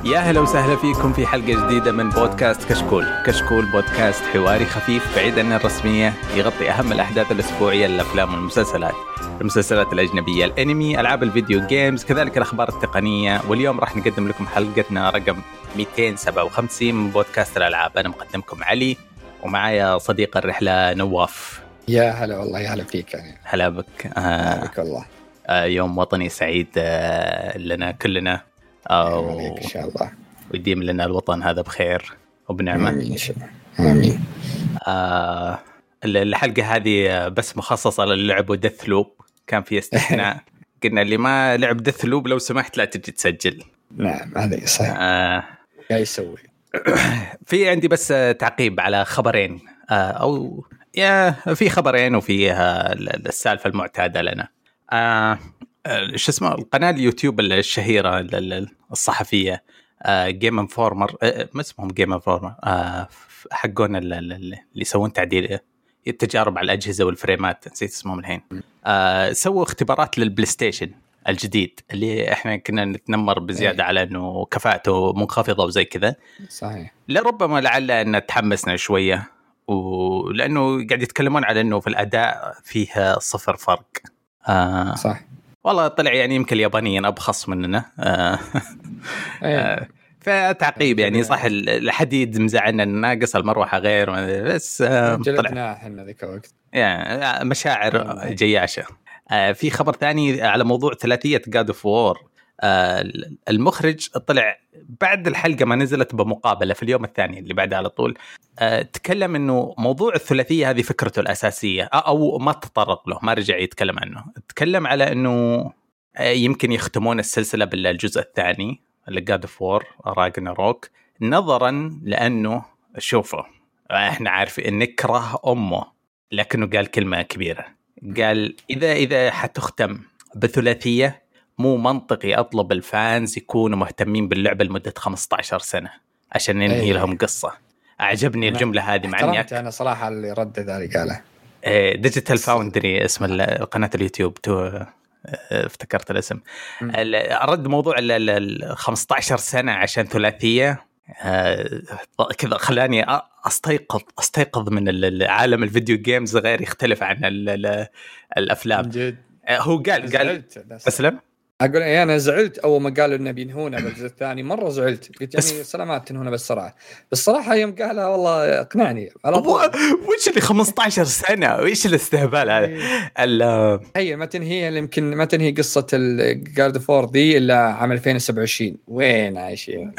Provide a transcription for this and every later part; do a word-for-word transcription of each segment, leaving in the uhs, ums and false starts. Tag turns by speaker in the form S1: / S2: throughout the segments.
S1: يا هلا وسهلا فيكم في حلقة جديدة من بودكاست كشكول. كشكول بودكاست حواري خفيف بعيد عن الرسمية، يغطي أهم الأحداث الأسبوعية للأفلام والمسلسلات، المسلسلات الأجنبية، الأنمي، ألعاب الفيديو جيمز، كذلك الأخبار التقنية. واليوم راح نقدم لكم حلقتنا رقم مئتين وسبعة وخمسين من بودكاست الألعاب. أنا مقدمكم علي ومعايا صديق الرحلة نواف.
S2: يا هلا والله، يا هلا فيك يعني.
S1: هلا بك.
S2: هلا بك والله.
S1: آه يوم وطني سعيد آه لنا كلنا،
S2: أو إن شاء الله
S1: ويديم لنا الوطن هذا بخير وبنعمة.
S2: آمين إن شاء الله. آمين.
S1: آه الحلقة هذه بس مخصصة للعب ودث لوب، كان في استثناء قلنا اللي ما لعب دث لوب لو سمحت لا تجي تسجل.
S2: نعم هذا صحيح.
S1: آه
S2: قاعد يسوي
S1: في عندي بس تعقيب على خبرين، آه أو يا في خبرين وفي السالفة المعتادة لنا. آه شو اسمه القناة اليوتيوب الشهيرة الصحفية جيم انفورمر، ما اسمهم جيم انفورمر، حقون اللي يسوون تعديل التجارب على الأجهزة والفريمات، نسيت اسمهم الحين. آه سووا اختبارات للبلاي ستيشن الجديد اللي احنا كنا نتنمر بزيادة على انه كفاءته منخفضة وزي كذا.
S2: صحيح.
S1: لربما لعل ان تحمسنا شوية، ولانه قاعد يتكلمون على انه في الاداء فيها صفر فرق. آه
S2: صح
S1: والله طلع يعني يمكن اليابانيين أبخص مننا. آه آه فتعقيب يعني صح، الحديد مزعلنا ناقص المروحة غير، بس آه
S2: جلدنا احنا ذيك الوقت
S1: يعني مشاعر جياشة. آه في خبر ثاني على موضوع ثلاثية God of War. آه المخرج طلع بعد الحلقة ما نزلت بمقابلة في اليوم الثاني اللي بعده على طول، آه تكلم إنه موضوع الثلاثية هذه فكرته الأساسية، أو ما تطرق له، ما رجع يتكلم عنه. تكلم على إنه آه يمكن يختمون السلسلة بالجزء الثاني اللي God of War راجناروك، نظرا لأنه شوفوا إحنا عارفين نكره أمه، لكنه قال كلمة كبيرة، قال إذا إذا حتختم بثلاثية مو منطقي أطلب الفانز يكونوا مهتمين باللعبة لمدة خمسة عشر سنة عشان ننهي أيه. لهم قصة. أعجبني الجملة هذه، مع إني
S2: أنا صراحة اللي رد ذلك قاله
S1: ديجيتال فاوندري اسم القناة اليوتيوب، تو افتكرت الاسم. رد موضوع ال خمسة عشر سنة عشان ثلاثية كذا خلاني أستيقظ أستيقظ من عالم الفيديو جيمز غير يختلف عن الأفلام. هو قال قال أسلم
S2: أقول إيه، أنا زعلت أول ما قالوا إنه بينهونا بالجزء الثاني، مرة زعلت، قلت يعني سلامات تنهونا بالسرعة. بالصراحة يوم قالها والله أقنعني.
S1: وش اللي خمسة عشر سنة وإيش الاستهبال هذا؟
S2: هي ما تنهي اللي يمكن ما تنهي قصة الجارد فور دي إلا عام ألفين وسبعة وعشرين. وين عايشين؟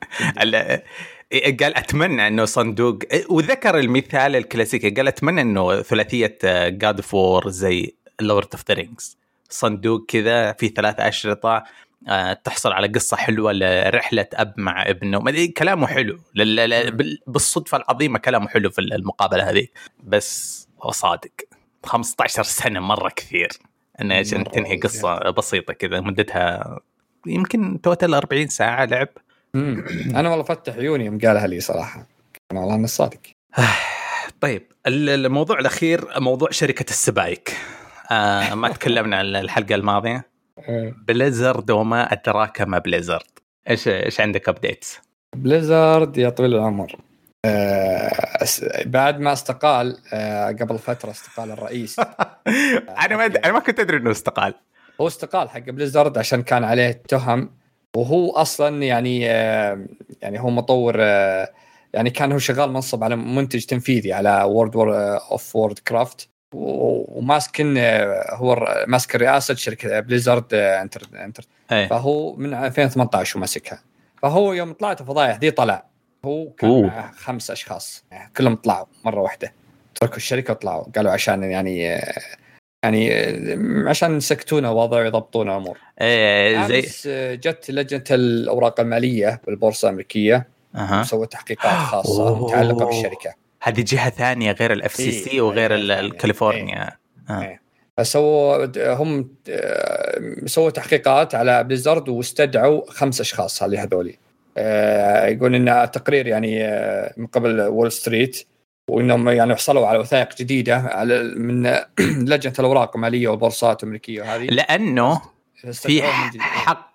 S1: قال أتمنى إنه صندوق، وذكر المثال الكلاسيكي، قال أتمنى إنه ثلاثية جاد فور زي لورد اوف ذا رينجز، صندوق كذا في ثلاث أشرطة أه تحصل على قصة حلوة لرحلة أب مع ابنه. ما كلامه حلو بالصدفة العظيمة، كلامه حلو في المقابلة هذه، بس هو صادق. خمسة عشر سنة مرة كثير أنه عشان تنهي قصة بسيطة كذا مدتها يمكن توتال أربعين ساعة لعب.
S2: أنا والله فتح عيوني يوم قالها لي صراحة، أنا والله أنا صادق.
S1: طيب الموضوع الأخير موضوع شركة السبايك. آه ما تكلمنا عن الحلقة الماضية. بليزرد وما أدراك ما بليزرد. إيش إيش عندك أبديتس؟
S2: بليزرد يا طويل العمر، آه بعد ما استقال آه قبل فترة استقال الرئيس.
S1: أنا ما أنا ما كنت أدري إنه استقال.
S2: هو استقال حق بليزرد عشان كان عليه تهم، وهو أصلاً يعني آه يعني هو مطور، آه يعني كان هو شغال منصب على منتج تنفيذي على وورد وور أوف وورد كرافت، وماسكن هو ماسك رئاسة شركة بليزرد انتر انتر
S1: أيه.
S2: فهو من ألفين وثمانية عشر وماسكها. فهو يوم طلعت فضايح دي طلع هو كان
S1: أوه.
S2: مع خمس أشخاص، يعني كلهم طلعوا مرة واحدة، تركوا الشركة وطلعوا، قالوا عشان يعني يعني عشان يسكتونا وضع يضبطونا أمور.
S1: إيه زي
S2: جت لجنة الأوراق المالية بالبورصة الأمريكية
S1: أه.
S2: وسوت تحقيقات خاصة
S1: أوه.
S2: متعلقة بالشركة.
S1: هذه جهة ثانية غير الاف سي سي وغير الكاليفورنيا.
S2: إيه. إيه. فسووا هم سووا تحقيقات على بليزرد واستدعوا خمس أشخاص اللي هذولي. يقول إن تقرير يعني من قبل وول ستريت، وإنهم يعني حصلوا على وثائق جديدة على من لجنة الأوراق المالية والبورصات الأمريكية هذه،
S1: لأنه في حق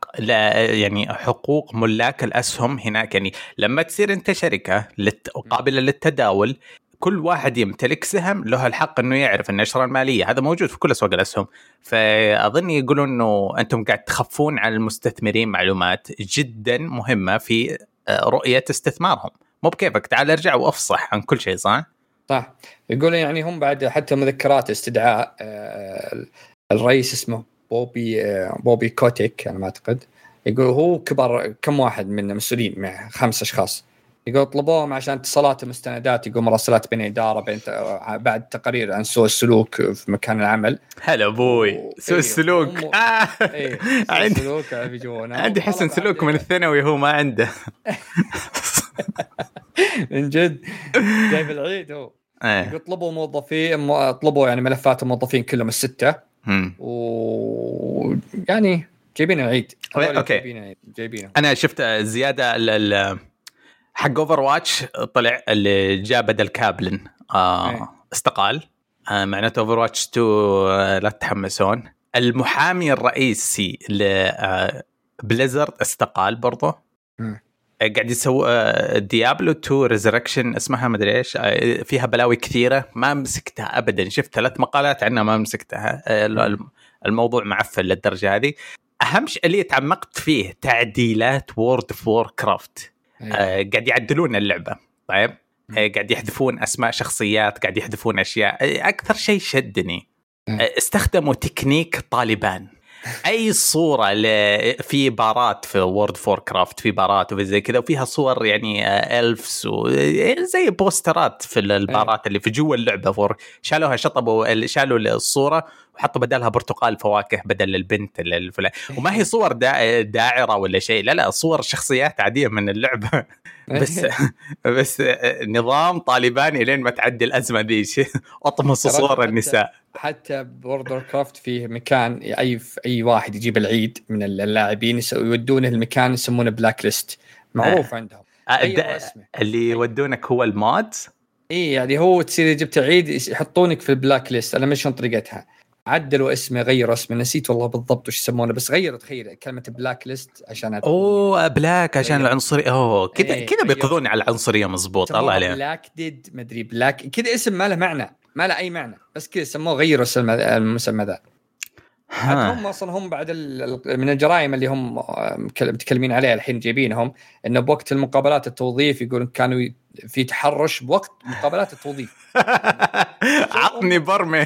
S1: لا يعني حقوق ملاك الاسهم هناك. يعني لما تصير انت شركه لت... قابله للتداول، كل واحد يمتلك سهم له الحق انه يعرف النشره الماليه. هذا موجود في كل اسواق الاسهم. فاظن يقولون انه انتم قاعد تخفون على المستثمرين معلومات جدا مهمه في رؤيه استثمارهم. مو بكيفك تعال ارجع وافصح عن كل شيء. صح
S2: صح. يقول يعني هم بعد حتى مذكرات استدعاء الرئيس اسمه بوبي بوبي كوتيك انا ما اعتقد، يقول هو كبر كم واحد من المسؤولين مع خمس اشخاص، يقول طلبوهم عشان اتصالات ومستندات، يقول مراسلات بين اداره بين بعد تقارير عن سوء السلوك في مكان العمل.
S1: هلا ابوي و... سوء إيه السلوك
S2: وم... آه. إيه عندي
S1: سلوك عندي حسن سلوك من الثانوي وهو ما عنده.
S2: من جد جايب العيد هو. يقول طلبوا موظفين، طلبوا يعني ملفات الموظفين كلهم السته، ويعني جايبين العيد.
S1: اوكي
S2: جايبين جايبينه.
S1: انا شفت زياده ال حق اوفر واتش طلع اللي جاء بدل كابلن آه استقال. آه معناته اوفر واتش تو آه لا تتحمسون. المحامي الرئيسي لبليزرد استقال برضه. قاعد يسوي ديابلو تو ريزركشن اسمها ما ادري ايش، فيها بلاوي كثيره ما مسكتها ابدا. شفت ثلاث مقالات عنها ما مسكتها. الموضوع معفن للدرجه هذه. اهم شيء اللي تعمقت فيه تعديلات وورد اوف ووركرافت. قاعد يعدلون اللعبه. طيب قاعد يحذفون اسماء شخصيات، قاعد يحذفون اشياء. اكثر شيء شدني استخدموا تكنيك طالبان. اي صوره في بارات في وورد فور كرافت، في بارات وفي زي كذا، وفيها صور يعني الفس وزي بوسترات في البارات اللي في جوا اللعبه فور، شالوها شطبوا شالوا الصوره وحطوا بدلها برتقال فواكه بدل البنت الفلان. وما هي صور داعره ولا شيء، لا لا صور شخصيات عاديه من اللعبه. بس بس نظام طالباني لين ما تعدي الازمه دي. اطمس صور النساء.
S2: حتى بورد اوف كرافت فيه مكان اي اي واحد يجيب العيد من اللاعبين يودونه المكان يسمونه بلاك ليست، معروف آه. عندهم
S1: آه اللي يودونك هو المود.
S2: اي يعني هو تصير جبت عيد يحطونك في البلاك ليست. انا مش طريقتها، عدلوا اسمه غيروا اسمه، نسيت والله بالضبط وش يسمونه، بس غيروا تخيل كلمه بلاك ليست عشان
S1: اوه بلاك عشان غير. العنصرية. اوه كذا ايه كذا بيقضون على العنصرية مضبوط. الله عليه.
S2: بلاك ديد مدري بلاك كذا اسم ما له معنى، ما له اي معنى، بس كذا سموه غيروا المسمى ذا. هم اصلا هم بعد من الجرائم اللي هم متكلمين عليها الحين جايبينهم انه بوقت المقابلات التوظيف يقولون كانوا في تحرش بوقت مقابلات التوظيف.
S1: عطني برمي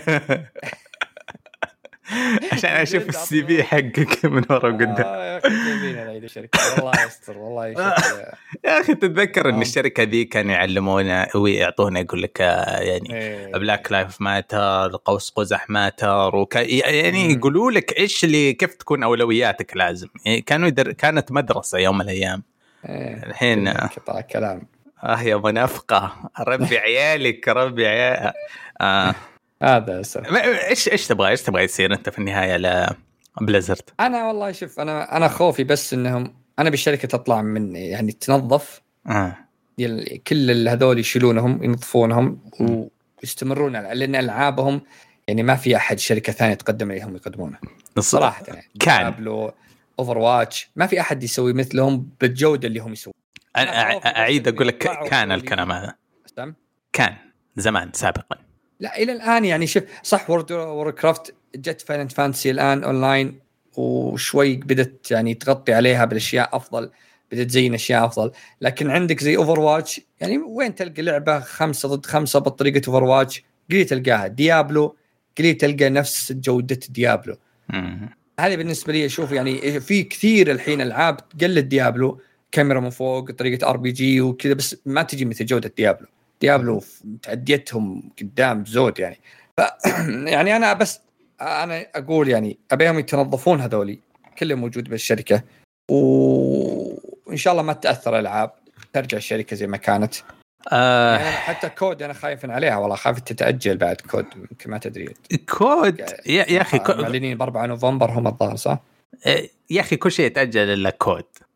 S1: عشان اشوف السي في حقك من ورا وقدام.
S2: اه يا اخي جايبين العيد الشركه والله يستر والله يستر.
S1: يا اخي تتذكر ان الشركه ذي كانوا يعلمونا ويعطونا يقول لك يعني بلاك لايف ماتر، قوس قزح ماتر، وك... يعني يقولوا لك ايش اللي كيف تكون اولوياتك لازم. يعني كانوا يدر... كانت مدرسه يوم من الايام. الحين
S2: قطع كلام.
S1: اه يا منافقه، ربي عيالك ربي عيال. آه.
S2: هذا سر.
S1: ايش ايش تبغى ايش تبغى يصير انت في النهايه ل بليزرد؟
S2: انا والله شوف انا انا خوفي بس انهم انا بالشركه تطلع من يعني تنظف
S1: آه.
S2: كل هذول يشيلونهم ينظفونهم ويستمرون لان العابهم يعني ما في احد شركه ثانيه تقدم عليهم يقدمونه صراحه. يعني
S1: كان
S2: اوفر واتش ما في احد يسوي مثلهم بالجوده اللي هم يسوون.
S1: انا اعيد اقول لك كان الكلام هذا كان زمان سابقا.
S2: لا الى الان يعني شوف صح وورد ووركرافت جت فاينل فانتسي الان اونلاين وشوي بدت يعني تغطي عليها بالاشياء افضل، بدت تزين اشياء افضل، لكن عندك زي اوفر واتش يعني وين تلقى لعبه خمسة ضد خمسة بطريقه اوفر واتش؟ قليل تلقاها. ديابلو قليل تلقى نفس جوده ديابلو. هذه بالنسبه لي اشوف يعني في كثير الحين العاب تقلد ديابلو، كاميرا من فوق طريقه ار بي جي وكذا، بس ما تجي مثل جوده ديابلو. ديابلو تعديتهم قدام زود يعني. ف يعني انا بس انا اقول يعني ابيهم يتنظفون هذولي كلهم موجود بالشركه، وان شاء الله ما تاثر الالعاب، ترجع الشركه زي ما كانت.
S1: آه
S2: يعني حتى كود انا خايف عليها والله، خايف تتاجل بعد كود يمكن ما تدري.
S1: كود يا, يا اخي
S2: معلنين ب أربعة نوفمبر هم الظاهر صح؟
S1: يا اخي كل شيء يتاجل الا كود.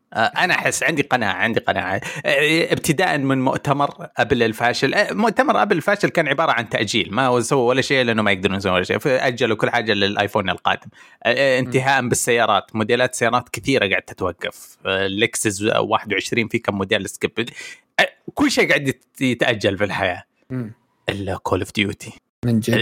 S1: انا احس عندي قناعه عندي قناعه ابتداء من مؤتمر ابل الفاشل. مؤتمر ابل الفاشل كان عباره عن تاجيل، ما سووا ولا شيء لانه ما يقدرون يسوون ولا شيء، فاجلوا كل حاجه للايفون القادم. انتهاء بالسيارات، موديلات سيارات كثيره قاعده تتوقف، لكسس واحد وعشرين في كم موديل سكيب، كل شيء قاعد يتاجل في الحياه الا كول اوف ديوتي.
S2: من جد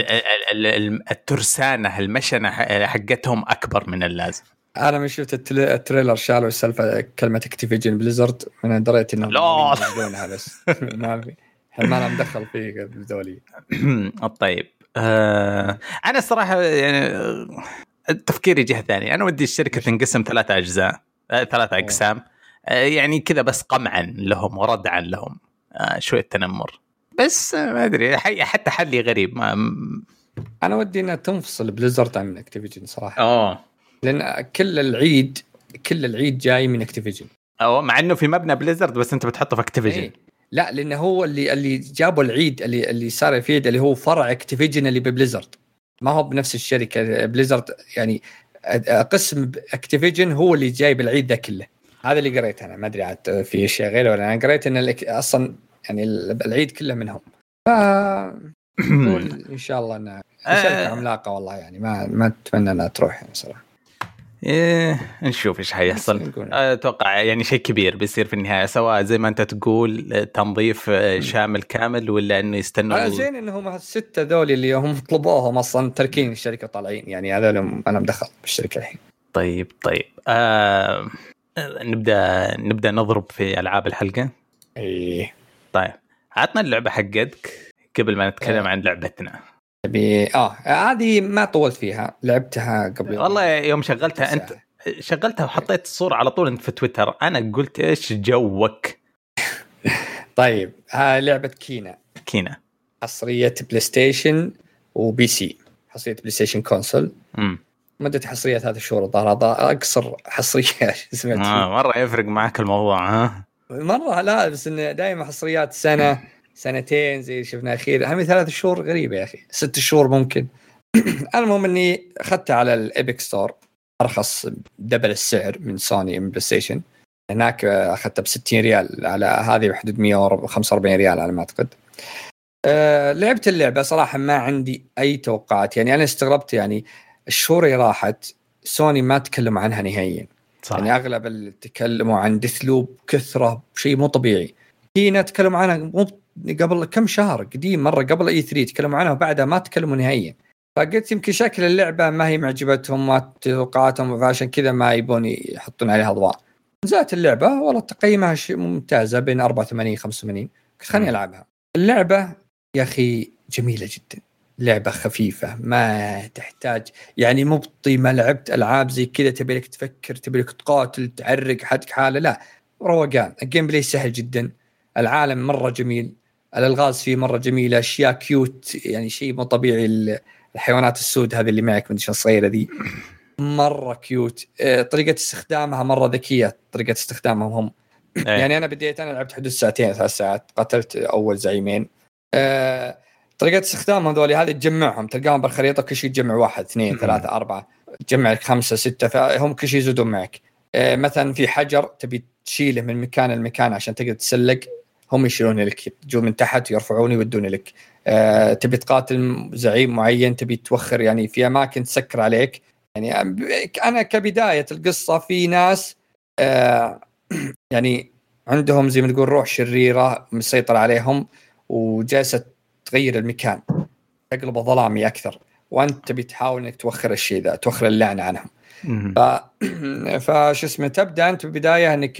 S1: الترسانه المشنه حقتهم اكبر من اللازم.
S2: انا من شفت التريلر شالوا السالفه كلمه اكتيفيجن بليزرد، من دريت انهم ينزلونها بس ما في ما انا مدخل فيه بدولي.
S1: طيب آه انا الصراحه يعني تفكيري جهه ثانيه، انا ودي الشركه تنقسم ثلاثة اجزاء آه ثلاثة اقسام آه يعني كذا بس قمعا لهم وردعا لهم، آه شويه تنمر بس آه ما ادري حتى حلي غريب. ما
S2: انا ودي انها تنفصل بليزرد عن اكتيفيجن صراحه،
S1: اه
S2: لان كل العيد كل العيد جاي من اكتيفيجن،
S1: او مع انه في مبنى بليزرد بس انت بتحطه في اكتيفيجن.
S2: ايه لا، لانه هو اللي اللي جابوا العيد اللي اللي صار في عيد اللي هو فرع اكتيفيجن اللي ببليزرد، ما هو بنفس الشركه بليزرد يعني قسم اكتيفيجن هو اللي جايب العيد ده كله. هذا اللي قريته انا، ما ادري عاد في شيء غيره ولا انا قريت ان اصلا يعني العيد كله منهم. ف ان شاء الله انها شركه عملاقه والله، يعني ما ما اتمنى انها تروح يعني صراحه.
S1: إيه نشوف إيش حيحصل. أتوقع يعني شيء كبير بيصير في النهاية، سواء زي ما أنت تقول تنظيف شامل كامل ولا إنه يستنوا.
S2: أنا زين إنهم الستة ذولي اللي هم طلبوهم أصلاً تركين الشركة طالعين، يعني هذا أنا مدخل بالشركة الحين.
S1: طيب طيب آه نبدأ نبدأ نضرب في ألعاب الحلقة.
S2: إيه
S1: طيب عطنا اللعبة حقتك قبل ما نتكلم آه. عن لعبتنا.
S2: بي اه هذه ما طولت فيها، لعبتها قبل
S1: والله يوم شغلتها انت شغلتها وحطيت الصورة على طول انت في تويتر، انا قلت ايش جوك.
S2: طيب ها لعبة كينا.
S1: كينا
S2: حصرية بلاي ستيشن وبي سي، حصرية بلاي ستيشن كونسول.
S1: امم
S2: مدة حصرية ثلاث شهور، الظاهر هذا اقصر حصرية سمعت
S1: آه مرة يفرق معك الموضوع. ها
S2: مرة لا، بس انه دائما حصريات سنة سنتين زي شفنا اخير، هم ثلاث شهور غريبة يا اخي، ست شهور ممكن. المهم اني اخذتها على الابيك ستور، ارخص دبل السعر من سوني من بلاي ستيشن. هناك اخذتها ب ستين ريال، على هذه بحدود مية وخمسة وأربعين ريال على ما اعتقد. أه لعبت اللعبة صراحة ما عندي اي توقعات، يعني انا استغربت يعني الشهور اللي راحت سوني ما تكلم عنها نهائيا. صح. يعني اغلب اللي تكلموا عن ديثلوب كثرة شيء مو طبيعي. هنا تكلموا عنها مو قبل كم شهر قديم، مرة قبل اي ثلاثة تكلموا عنها وبعدها ما تكلموا نهائيا. فقلت يمكن شكل اللعبة ما هي معجبتهم ما توقعاتهم، فعشان كذا ما يبون يحطون عليها أضواء. نزلت اللعبة والله تقييمها شيء ممتازة بين أربعة وثمانين خمسة وثمانين، قلت خلني ألعبها. اللعبة يا أخي جميلة جدا، لعبة خفيفة ما تحتاج يعني مبطي، ما لعبت ألعاب زي كذا تبي لك تفكر تبي لك تقاتل تعرق حدك حالة، لا روقان. الجيم بلاي سهل جدا، العالم مرة جميل، الألغاز فيه مرة جميلة، أشياء كيوت يعني شيء مو طبيعي. الحيوانات السود هذه اللي معك من الصغيرة ذي مرة كيوت، طريقة استخدامها مرة ذكية، طريقة استخدامهم هم يعني أنا بديت أنا لعبت حدود ساعتين ثلاث ساعات، قتلت أول زعيمين. أه طريقة استخدامهم ذولي هذه تجمعهم تلقاهم بالخريطة، كل شيء تجمع واحد اثنين ثلاثة أربعة، تجمع خمسة ستة، فهم كل شيء يزودون معك. أه مثلا في حجر تبي تشيله من مكان المكان عشان تقدر تسلق، هم يشيلون لك، يجون من تحت يرفعون يودون لك. أه تبي تقاتل زعيم معين تبي توخر يعني في أماكن تسكر عليك. يعني أنا كبداية القصة في ناس أه يعني عندهم زي ما تقول روح شريرة مسيطر عليهم وجالسة تغير المكان تقلبه ظلامي أكثر، وأنت تبي تحاول إنك توخر الشيء ذا، توخر اللعنة عنهم. ف... فش اسمه تبدأ أنت بداية إنك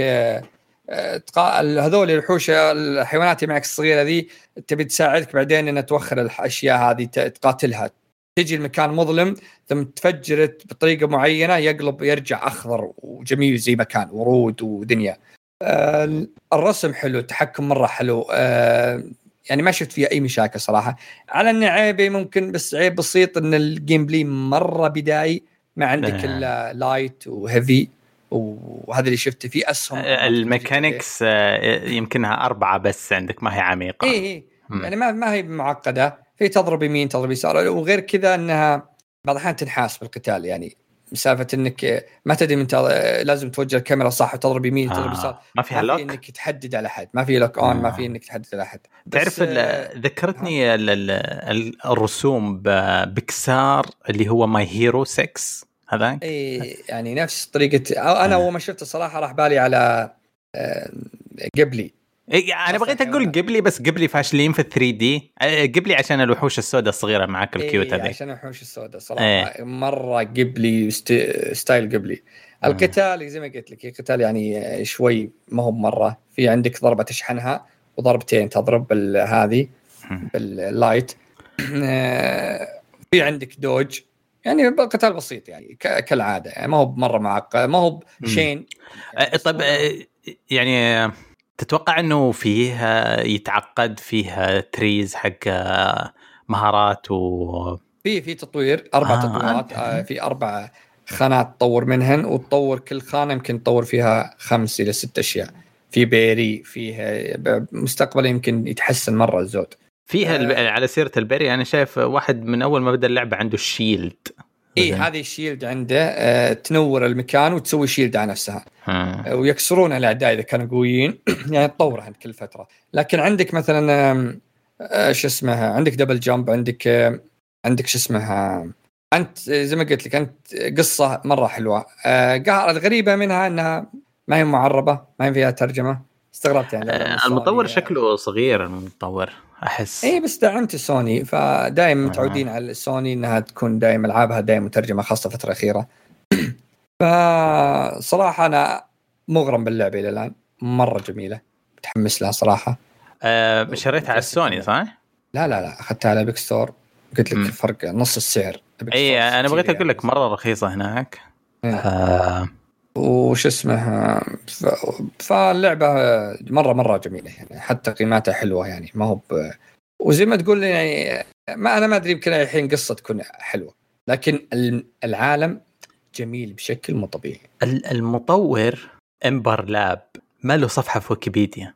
S2: تقا... هذول الوحوش الحيوانات معك الصغيرة ذي تبي تساعدك بعدين إن توخر الأشياء هذه تقاتلها، تجي المكان مظلم ثم تفجرت بطريقة معينة يقلب يرجع أخضر وجميل زي مكان ورود ودنيا. آه الرسم حلو، التحكم مرة حلو، آه يعني ما شفت فيه أي مشاكل صراحة. على أن عيبي ممكن بس عيب بسيط إن الجيم بلاي مرة بدائي، ما عندك إلا لايت وهيفي، وهذا اللي شفته فيه أسهم.
S1: الميكانيكس يمكنها أربعة بس عندك، ما هي عميقة.
S2: إيه إيه يعني ما ما هي معقدة، في تضرب يمين تضرب يسار، وغير كذا أنها بعض الأحيان تنحاس بالقتال، يعني مسافه انك ما تدري من لازم توجه الكاميرا صح وتضرب يمين وتضرب يسار.
S1: آه. ما فيها لوك
S2: انك تحدد على حد، ما في لوك اون،
S1: آه.
S2: ما في انك تحدد على حد.
S1: تعرف ذكرتني ال ال الرسوم ببكسار اللي هو ماي هيرو ستة هذاك.
S2: اي يعني نفس طريقه. انا اول ما شفت الصراحه راح بالي على قبلي.
S1: إيه انا بغيت اقول قبلي بس قبلي فاشلين في ثري دي. قبلي عشان الوحوش السوداء الصغيره معك الكيوت هذه.
S2: إيه عشان الوحوش السوداء صراحه إيه. مره قبلي ستايل قبلي. القتال زي ما قلت لك القتال يعني شوي ما هو مره. في عندك ضربه تشحنها وضربتين تضرب هذه باللايت. في عندك دوج يعني قتال بسيط يعني كالعاده يعني ما هو مره معقد ما هو شين
S1: يعني. طيب يعني تتوقع انه فيها يتعقد فيها تريز حق مهارات و
S2: في في تطوير اربع آه تطويرات آه في اربع خانات تطور منهن وتطور كل خانه يمكن تطور فيها خمس الى ست اشياء. في بيري فيها مستقبلا يمكن يتحسن مره الزود
S1: فيها آه على سيره البيري انا شايف واحد من اول ما بدا اللعبه عنده الشيلد.
S2: ايه هذه الشيلد عنده آه تنور المكان وتسوي شيلد على نفسها آه ويكسرون الاعداء اذا كانوا قويين يعني تطورها كل فتره. لكن عندك مثلا آه شو اسمها عندك دبل جامب عندك آه عندك شو اسمها انت زي ما قلت لك انت قصه مره حلوه. آه الغريبه منها انها ما هي معربه ما هي فيها ترجمه. استغربت يعني
S1: آه المطور شكله صغير المطور احس.
S2: اي بس دعمت سوني فدائما متعودين آه. على سوني انها تكون دائما العابها دائما مترجمه خاصه الفتره الاخيره. فصراحه انا مغرم باللعبه الى الان مره جميله متحمس لها صراحه.
S1: أه شريتها على السوني صح؟
S2: لا لا لا اخذتها على بيك ستور قلت لك م. فرق نص السعر.
S1: اي انا بغيت اقول لك مره رخيصه هناك.
S2: آه. وش اسمها ف... فاللعبه مره مره جميله يعني حتى قيمتها حلوه يعني ما هو ب... وزي ما تقول يعني ما انا ما ادري يمكن الحين قصه تكون حلوه لكن العالم جميل بشكل مو طبيعي.
S1: المطور امبر لاب ما له صفحه في ويكيبيديا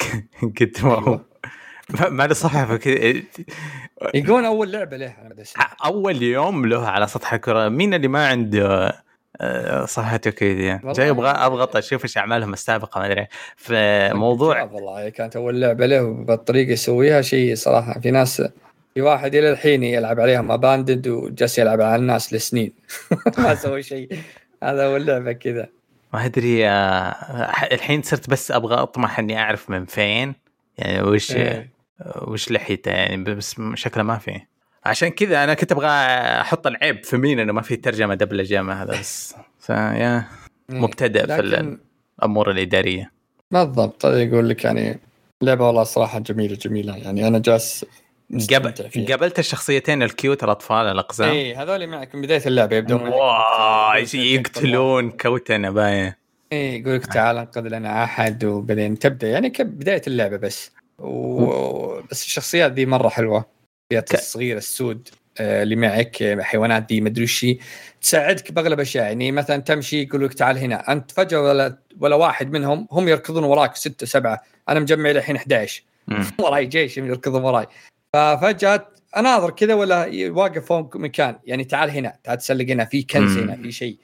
S1: قد ما هو ما له صفحه في
S2: يقول اول لعبه له
S1: اول يوم له على سطح الكره. مين اللي ما عنده صفحه ويكيبيديا جاي ابغى اضغط اشوف ايش اعمالهم السابقه ما ادري في موضوع
S2: والله كانت اول لعبه له بالطريقه يسويها شيء صراحه. في ناس في واحد الى الحين يلعب عليهم اباندد وجالس يلعب على الناس لسنين ما سوى شيء. هذا اول لعبه كذا
S1: ما ادري. الحين صرت بس ابغى اطمح اني اعرف من فين يعني وش إيه. وش لحيته يعني بس شكله ما فيه. عشان كذا انا كنت ابغى احط العيب في مين انه ما في ترجمه دبلجه ما هذا بس فيا مبتدئ في الامور الاداريه
S2: بالضبط. يقول لك يعني لعبه والله صراحه جميله جميله يعني انا جالس
S1: قبل قابلت الشخصيتين الكيوت الاطفال الاقزام
S2: اي هذول معك من بدايه اللعبه يبدون
S1: معك يقتلون كوتنا باين.
S2: اي يقول لك تعال انقذ لنا احد وبعدين تبدا يعني كبدايه اللعبه بس و... بس الشخصيات دي مره حلوه. الشخصيات الصغيره السود اللي معك حيوانات دي ما ادري شيء تساعدك باغلب الاشياء يعني مثلا تمشي يقول لك تعال هنا انت فجاه ولا ولا واحد منهم هم يركضون وراك ستة سبعة انا مجمع الحين إحدى عشر وراي جيش يركضون وراي ففجاه اناظر كذا ولا واقف فوق مكان يعني تعال هنا تعال تسلق هنا في كنز هنا في شيء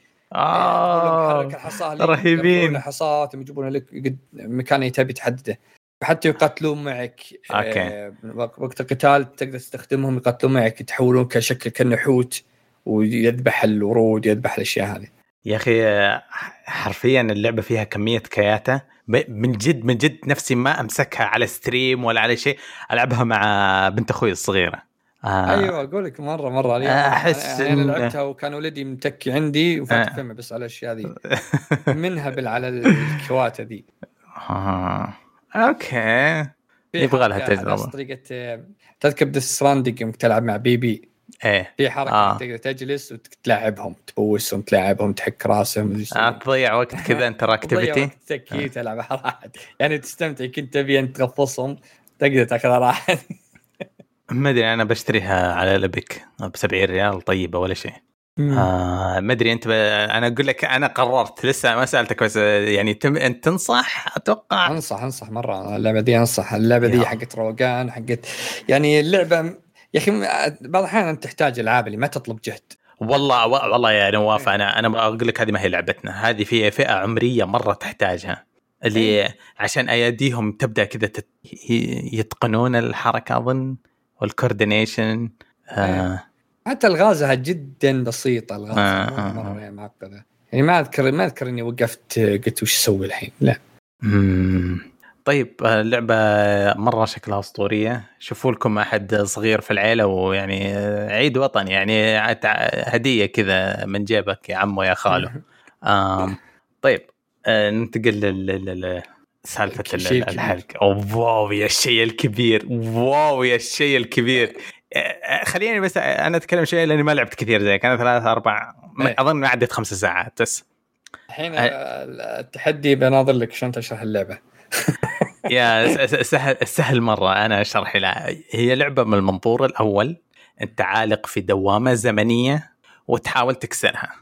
S1: اه رهيبين
S2: حصات يجيبون لك مكان تبي تحدده حتى يقتلون معك.
S1: أوكي.
S2: وقت القتال تقدر تستخدمهم يقتلون معك يتحولون كشكل كالنحوت ويذبح الورود يذبح الاشياء هذه.
S1: يا اخي حرفيا اللعبه فيها كميه كياته من جد من جد نفسي ما امسكها على ستريم ولا على شيء العبها مع بنت اخوي الصغيره.
S2: آه. ايوه اقول لك مره مره عليها
S1: احس
S2: يعني انا لعبتها وكان ولدي متكي عندي وفاتح فمه بس على الاشياء هذه منهبل على الكوات دي.
S1: آه. اوكي يبغى لها تجربه.
S2: طريقه تذكر بالستراندنج يوم تلعب مع بيبي
S1: ايه
S2: في حركه آه. تقدر تجلس وتلعبهم تبوسهم تلعبهم تحك راسهم
S1: آه تضيع وقت كذا انتراكتيفيتي
S2: تكي تلعب راحت يعني تستمتع كنت تبي انت تغفصهم تقدر تاخذ راحه.
S1: ما ادري انا بشتريها على لبك بسبعين ريال طيبه ولا شيء. آه ما ادري انت ب... انا اقول لك انا قررت لسه ما سالتك بس يعني تم... انت تنصح اتوقع
S2: انصح انصح مره اللعبه دي انصح اللعبه دي حقت روقان حقت يعني اللعبه يا اخي بعض الاحيان انت تحتاج العاب اللي ما تطلب جهد
S1: والله والله يا نواف، انا انا اقول لك هذه ما هي لعبتنا، هذه فيها فئه عمريه مره تحتاجها، اللي عشان اياديهم تبدا كذا تت... يتقنون الحركه اظن والكوردينيشن. آه.
S2: حتى الغازها جدا بسيطه، الغازها
S1: آه.
S2: آه. مره معقده يعني. ما اذكر ما اذكر اني وقفت قلت وش اسوي الحين، لا.
S1: مم. طيب اللعبة مرة شكلها أسطورية، شوفوا لكم أحد صغير في العيلة ويعني عيد وطن، يعني هدية كذا من جيبك يا عمو يا خالو. آم طيب آه ننتقل لسالفة الحلقة. واو يا الشيء الكبير، واو يا الشيء الكبير. خليني بس أنا أتكلم شوية لأني ما لعبت كثير زي كان ثلاثة أربع أظن ما عدت خمس ساعات بس.
S2: الحين التحدي بناظر لك شلون تشرح اللعبة.
S1: يا سهل سهل مرة أنا أشرح لها. هي لعبة من المنظور الأول، أنت عالق في دوامة زمنية وتحاول تكسرها.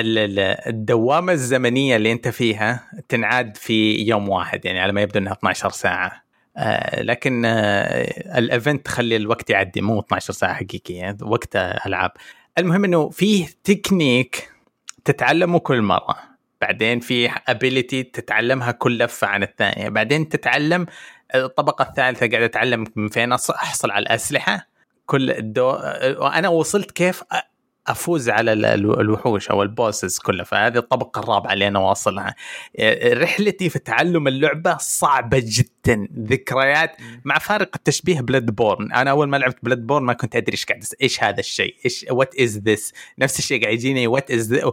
S1: الدوامة الزمنية اللي أنت فيها تنعاد في يوم واحد، يعني على ما يبدو أنها اثنتي عشرة ساعة، آه لكن آه الإيفنت تخلي الوقت يعدي، مو اثنتي عشرة ساعة حقيقية، وقت ألعاب. المهم أنه فيه تكنيك تتعلمه كل مرة، بعدين في ability تتعلمها كل لفة عن الثانية، بعدين تتعلم الطبقة الثالثة قاعد أتعلم من فين أحصل على الأسلحة كل الدو... وأنا وصلت كيف أفوز على الوحوش أو البوسز كلها، فهذه الطبقة الرابعة اللي أنا واصلها. رحلتي في تعلم اللعبة صعبة جدا، ذكريات مع فارق التشبيه بلاد بورن. أنا أول ما لعبت بلاد بورن ما كنت أدري إيش قاعد إيش هذا الشيء، إيش what is this، نفس الشيء قاعد يجيني what is this،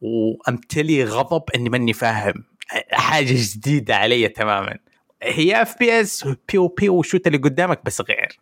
S1: وأمتلي غضب إني ماني فاهم حاجة جديدة علي تماما. هي اف بي اس بيو بيو وشوت اللي قدامك بس غير.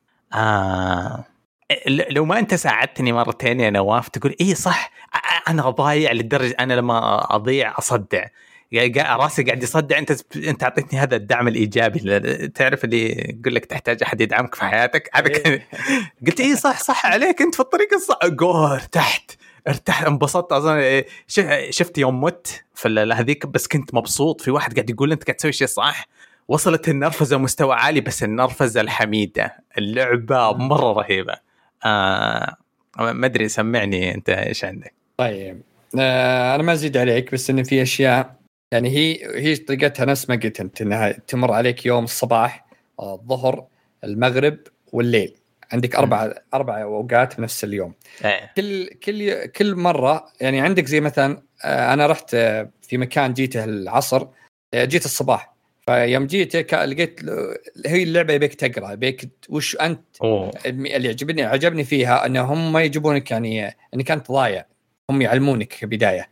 S1: آه لو ما أنت ساعدتني مرتين يا نواف تقول إيه صح أنا ضايع للدرجة، أنا لما أضيع أصدع، راسي قاعد يصدع، أنت أنت أعطيتني هذا الدعم الإيجابي، تعرف اللي يقول لك تحتاج أحد يدعمك في حياتك. هذا قلت إيه صح صح عليك أنت في الطريق الصح. جوه ارتحت ارتحت انبسطت. أظن شفت يوم مت في هذيك بس كنت مبسوط، في واحد قاعد يقول أنت قاعد تسوي شيء صح. وصلت النرفزة مستوى عالي، بس النرفزة الحميدة. اللعبة مرة رهيبة. آه ما أدري سمعني أنت إيش عندك.
S2: طيب آه أنا ما أزيد عليك، بس إن في أشياء يعني هي هي طريقتها نفس ما قلت أنت، إنها تمر عليك يوم الصباح الظهر المغرب والليل، عندك أربعة أربعة أوقات في نفس اليوم.
S1: أيه.
S2: كل كل كل مرة يعني عندك زي مثلا آه أنا رحت آه في مكان جيته العصر، آه جيت الصباح، فيوم جيت لقيت هي اللعبة يبيك تقرأ، يبيك وش أنت.
S1: أوه.
S2: اللي عجبني عجبني فيها أنه هم ما يجيبونك يعني أنك أنت ضايع، هم يعلمونك كبداية.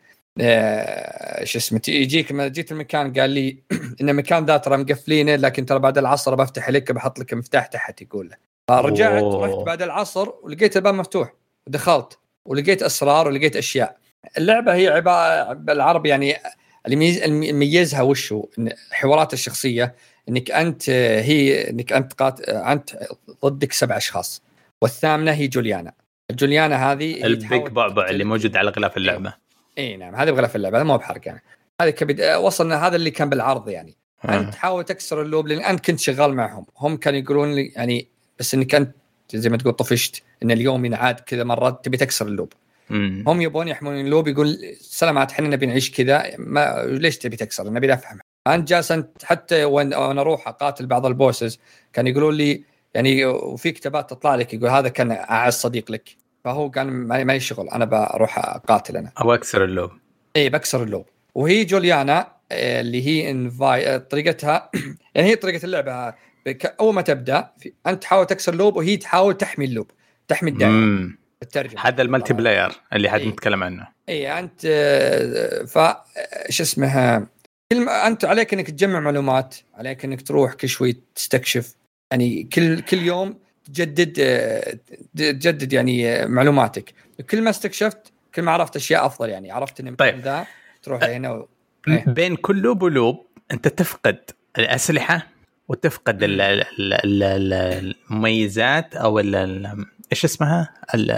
S2: آه شو اسمه يجيك لما جيت المكان قال لي إن المكان ذا ترى مقفلينه، لكن ترى بعد العصر بفتح لك بحط لك مفتاح تحت يقول له. فرجعت
S1: أوه.
S2: رحت بعد العصر ولقيت الباب مفتوح ودخلت ولقيت أسرار ولقيت أشياء. اللعبة هي عبارة بالعربي يعني اللي يميزها وشو حوارات الشخصية، انك انت هي انك انت قات انت ضدك سبع اشخاص، والثامنه هي جوليانا. الجوليانا هذه
S1: البيج بعبع اللي موجود على غلاف اللعبه.
S2: اي إيه نعم، هذا بغلاف اللعبه، هذا مو بحرق يعني. هذا كبد وصلنا هذا اللي كان بالعرض يعني. آه. انت تحاول تكسر اللوب لان انت كنت شغال معهم، هم كانوا يقولون لي يعني بس انك انت زي ما تقول طفشت ان اليوم ينعاد كذا مرات تبي تكسر اللوب.
S1: مم.
S2: هم يبون يحملون اللوب، يقول سلامات احنا نبي نعيش كذا، ما ليش تبي تكسر، نبي نفهم. انت جالس انت حتى وانا اروح اقاتل بعض البوسز كان يقولون لي يعني، وفي كتابات تطلع لك يقول هذا كان اعز صديق لك، فهو كان ما يشغل انا بروح اقاتل انا
S1: او اكسر اللوب.
S2: اي بكسر اللوب. وهي جوليانا اللي هي انفاي طريقتها يعني هي طريقه اللعبه اول ما تبدا انت تحاول تكسر اللوب وهي تحاول تحمي اللوب، تحمي الدائره. الترجمة
S1: هذا الملتي بلاير اللي حد نتكلم عنه.
S2: اي انت ف ايش اسمها كل انت عليك انك تجمع معلومات، عليك انك تروح كل شوي تستكشف، يعني كل كل يوم تجدد تجدد يعني معلوماتك. كل ما استكشفت كل ما عرفت اشياء افضل، يعني عرفت ان
S1: طيب.
S2: ذا تروح هنا و...
S1: ايه. بين كل لوب ولوب انت تفقد الاسلحه وتفقد ال ال المميزات او ال ايش اسمها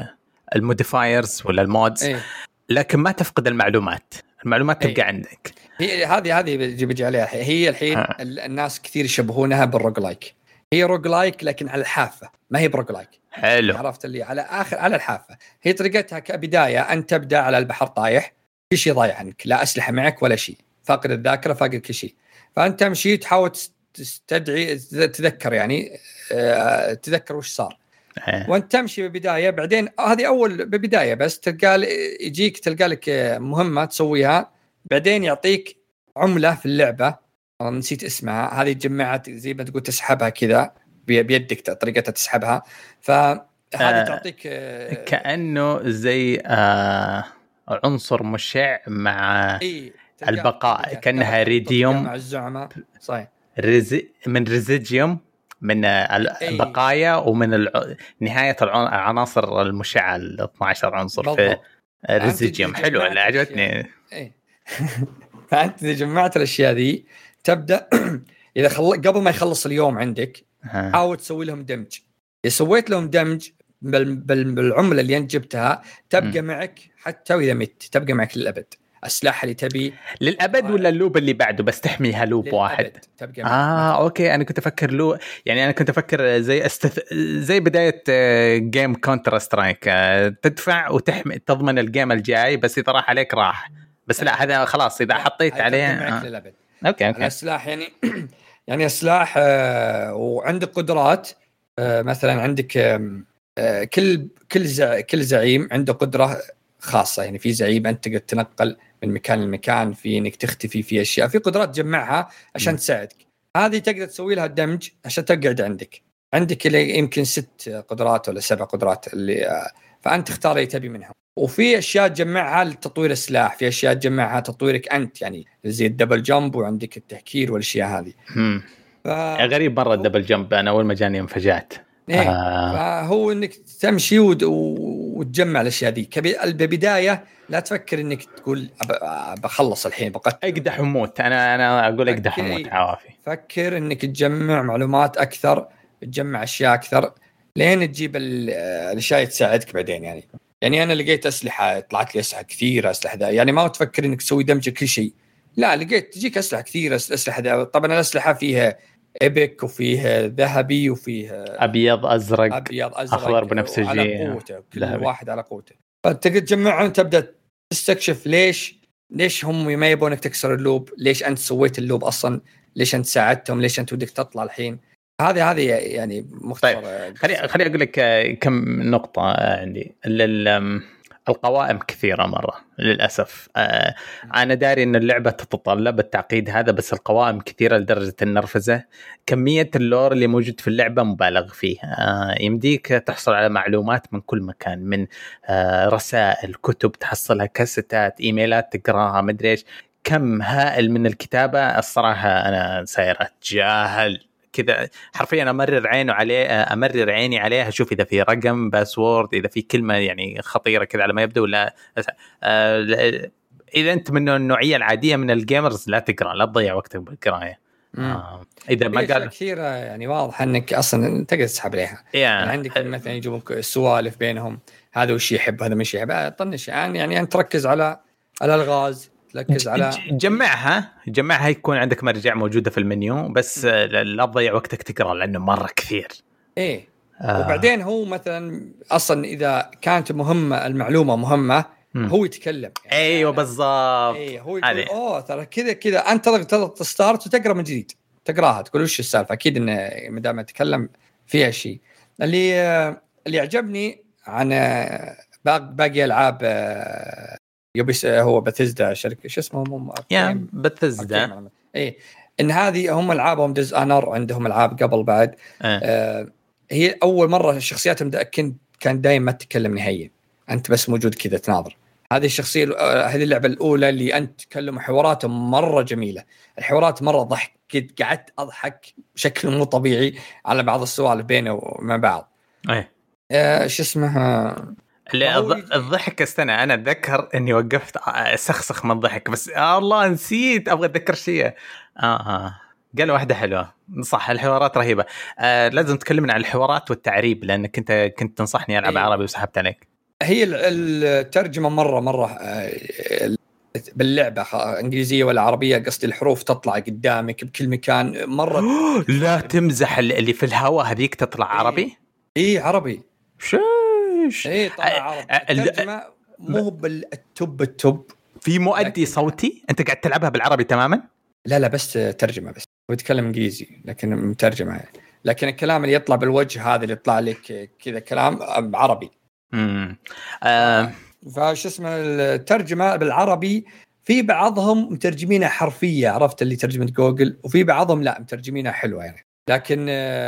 S1: الموديفايرز ولا المودز.
S2: ايه.
S1: لكن ما تفقد المعلومات، المعلومات تبقى
S2: ايه.
S1: عندك.
S2: هي هذه هذه بيجي عليها. هي الحين ها. الناس كثير يشبهونها بالروج لايك، هي روج لايك لكن على الحافه، ما هي بروج لايك.
S1: حلو.
S2: عرفت اللي على اخر على الحافه. هي طريقتها كبدايه ان تبدا على البحر طايح، كل شيء ضايع عنك، لا اسلحه معك ولا شيء، فاقد الذاكره، فاقد كل شيء. فانت تمشي تحاول تستدعي تتذكر يعني أه تذكر وش صار. وانت تمشي ببدايه، بعدين هذه اول ببدايه بس تلقى يجيك تلقى لك مهمه تسويها، بعدين يعطيك عمله في اللعبه نسيت اسمها، هذه تجمعها زي ما تقول تسحبها كذا بيدك طريقتها تسحبها، فهذه آه تعطيك آه
S1: كانه زي آه عنصر مشع مع
S2: إيه
S1: البقاء، كانها ريديوم
S2: مع الزعماء صحيح،
S1: ريزي من ريزيديوم من البقايا أيه. ومن الع... نهاية العناصر المشعة ال اثنا عشر عنصر بالضبط. في ريزيديوم. حلو اللي عجبتني.
S2: ايه فأنت إذا جمعت الأشياء ذي تبدأ إذا خل... قبل ما يخلص اليوم عندك حاول تسوي لهم دمج. إذا سويت لهم دمج بال... بال... بالعملة اللي أنت جبتها تبقى م. معك حتى وإذا مت تبقى معك للأبد. السلاح اللي تبي
S1: للأبد ولا اللوب اللي بعده بس تحميها لوب واحد؟
S2: تبقى
S1: آه مثل. أوكي أنا كنت أفكر لو يعني أنا كنت أفكر زي استث... زي بداية جيم كونتر سترايك، تدفع وتحمي تضمن الجيم الجاي، بس إذا راح عليك راح، بس لا هذا خلاص إذا حطيت عليه
S2: آه. للأبد.
S1: أوكي أوكي.
S2: السلاح يعني يعني السلاح آه وعندك قدرات آه مثلا عندك آه كل كل زع... كل زعيم عنده قدرة خاصة، يعني في زعيم أنت تقدر تنقل من مكان لمكان، في إنك تختفي، في أشياء، في قدرات تجمعها عشان م. تساعدك. هذه تقدر تسوي لها الدمج عشان تقعد عندك عندك اللي يمكن ست قدرات ولا سبع قدرات اللي فأنت تختار اللي تبي منهم. وفي أشياء تجمعها لتطوير السلاح، في أشياء تجمعها تطويرك أنت، يعني زي الدبل جمب وعندك التهكير والأشياء هذه.
S1: ف... غريب مرة الدبل جمب، أنا أول ما جاني انفجعت.
S2: إيه آه. فهو إنك تمشي ود... وتجمع الأشياء دي ببداية. لا تفكر إنك تقول بخلص الحين بقت
S1: أقدح وموت. أنا أنا أقول أقدح وموت عوافي.
S2: فكر إنك تجمع معلومات أكثر، تجمع أشياء أكثر لين تجيب الأشياء تساعدك بعدين. يعني يعني أنا لقيت أسلحة، طلعت لي أسلحة كثيرة، أسلحة دا. يعني ما تفكر إنك تسوي دمج كل شيء، لا لقيت تجيك أسلحة كثيرة. أسلحة دا. طبعا الأسلحة فيها إبك وفيه ذهبي وفيه
S1: أبيض أزرق
S2: أبيض أزرق
S1: أخضر بنفسجي
S2: على قوته، كل
S1: ذهبي.
S2: واحد على قوته. فتقدر تجمعهم، تبدأ تستكشف ليش ليش هم ما يبونك تكسر اللوب، ليش أنت سويت اللوب أصلا، ليش أنت ساعدتهم، ليش أنت ودك تطلع الحين. هذه هذه يعني مختصر.
S1: طيب خلي خلي أقول لك كم نقطة عندي. القوائم كثيرة مرة للأسف. آه أنا داري أن اللعبة تتطلب التعقيد هذا، بس القوائم كثيرة لدرجة النرفزة. كمية اللور اللي موجود في اللعبة مبالغ فيه. آه يمديك تحصل على معلومات من كل مكان، من آه رسائل، كتب تحصلها، كاسيتات، إيميلات تقراها، مدري إيش. كم هائل من الكتابة. الصراحة أنا ساير أتجاهل كذا حرفيا، امرر عينه عليه امرر عيني عليه اشوف اذا في رقم باسورد، اذا في كلمه يعني خطيره كذا على ما يبدا ولا. آه اذا انت من النوعيه العاديه من الجيمرز لا تقرا، لا تضيع وقتك بالقراءه. آه اذا ما قال
S2: كثيره يعني واضح انك اصلا تقدر تسحب عليها. يعني عندك مثلا يجيبوك السوالف بينهم، هذا وش يحب هذا مش يحب، طنش يعني يعني انت تركز على على الغاز، تركز على
S1: جمعها جمعها يكون عندك مرجع موجودة في المنيو، بس لا تضيع وقتك تقرأ لأنه مرة كثير.
S2: إيه آه. وبعدين هو مثلا أصلا إذا كانت مهمة المعلومة مهمة م. هو يتكلم
S1: يعني أيوة بالضبط.
S2: إيه هو يقول أوه ترى كذا كذا، أنت تضغط ستارت وتقرأ من جديد، تقرأها تقول وش السالفة. أكيد إنه مدام يتكلم فيها شيء. اللي اللي عجبني عن باقي ألعاب يوبيس هو بثزدا شركة شو اسمه هم
S1: يا بثزدا
S2: إيه إن هذه هم ألعابهم ديز أنر، عندهم ألعاب قبل بعد أه. آه هي أول مرة الشخصيات كنت كان دائما ما تتكلم نهائيا، أنت بس موجود كذا تناظر. هذه الشخصية هذه اللعبة الأولى اللي أنت تكلم، حواراتهم مرة جميلة، الحوارات مرة ضحك، كنت قعدت أضحك بشكل مو طبيعي على بعض السوالف بينه وما بعض.
S1: أيه
S2: آه شو اسمها
S1: اللي الضحك. استنى انا اتذكر اني وقفت اسخسخ من الضحك، بس آه الله نسيت ابغى اتذكر شيء. اه اه قال واحده حلوه صح، الحوارات رهيبه. آه لازم تكلمنا عن الحوارات والتعريب، لانك انت كنت تنصحني العب
S2: إيه.
S1: عربي وسحبت عليك.
S2: هي الترجمه مره مره باللعبه انجليزيه ولا عربيه، قصدي الحروف تطلع قدامك بكل مكان مره.
S1: لا تمزح، اللي في الهواء هذيك تطلع عربي؟
S2: اي عربي
S1: شيش.
S2: اي طلع عربي. الترجمه مو بالتوب التوب.
S1: في مؤدي صوتي انت قاعد تلعبها بالعربي تماما؟
S2: لا لا بس ترجمه، بس بيتكلم انجليزي لكن مترجمه يعني. لكن الكلام اللي يطلع بالوجه هذا اللي يطلع لك كذا كلام عربي.
S1: امم آه.
S2: فايش اسمه الترجمه بالعربي، في بعضهم مترجمينها حرفيه، عرفت اللي ترجمه جوجل، وفي بعضهم لا مترجمينها حلوه يعني. لكن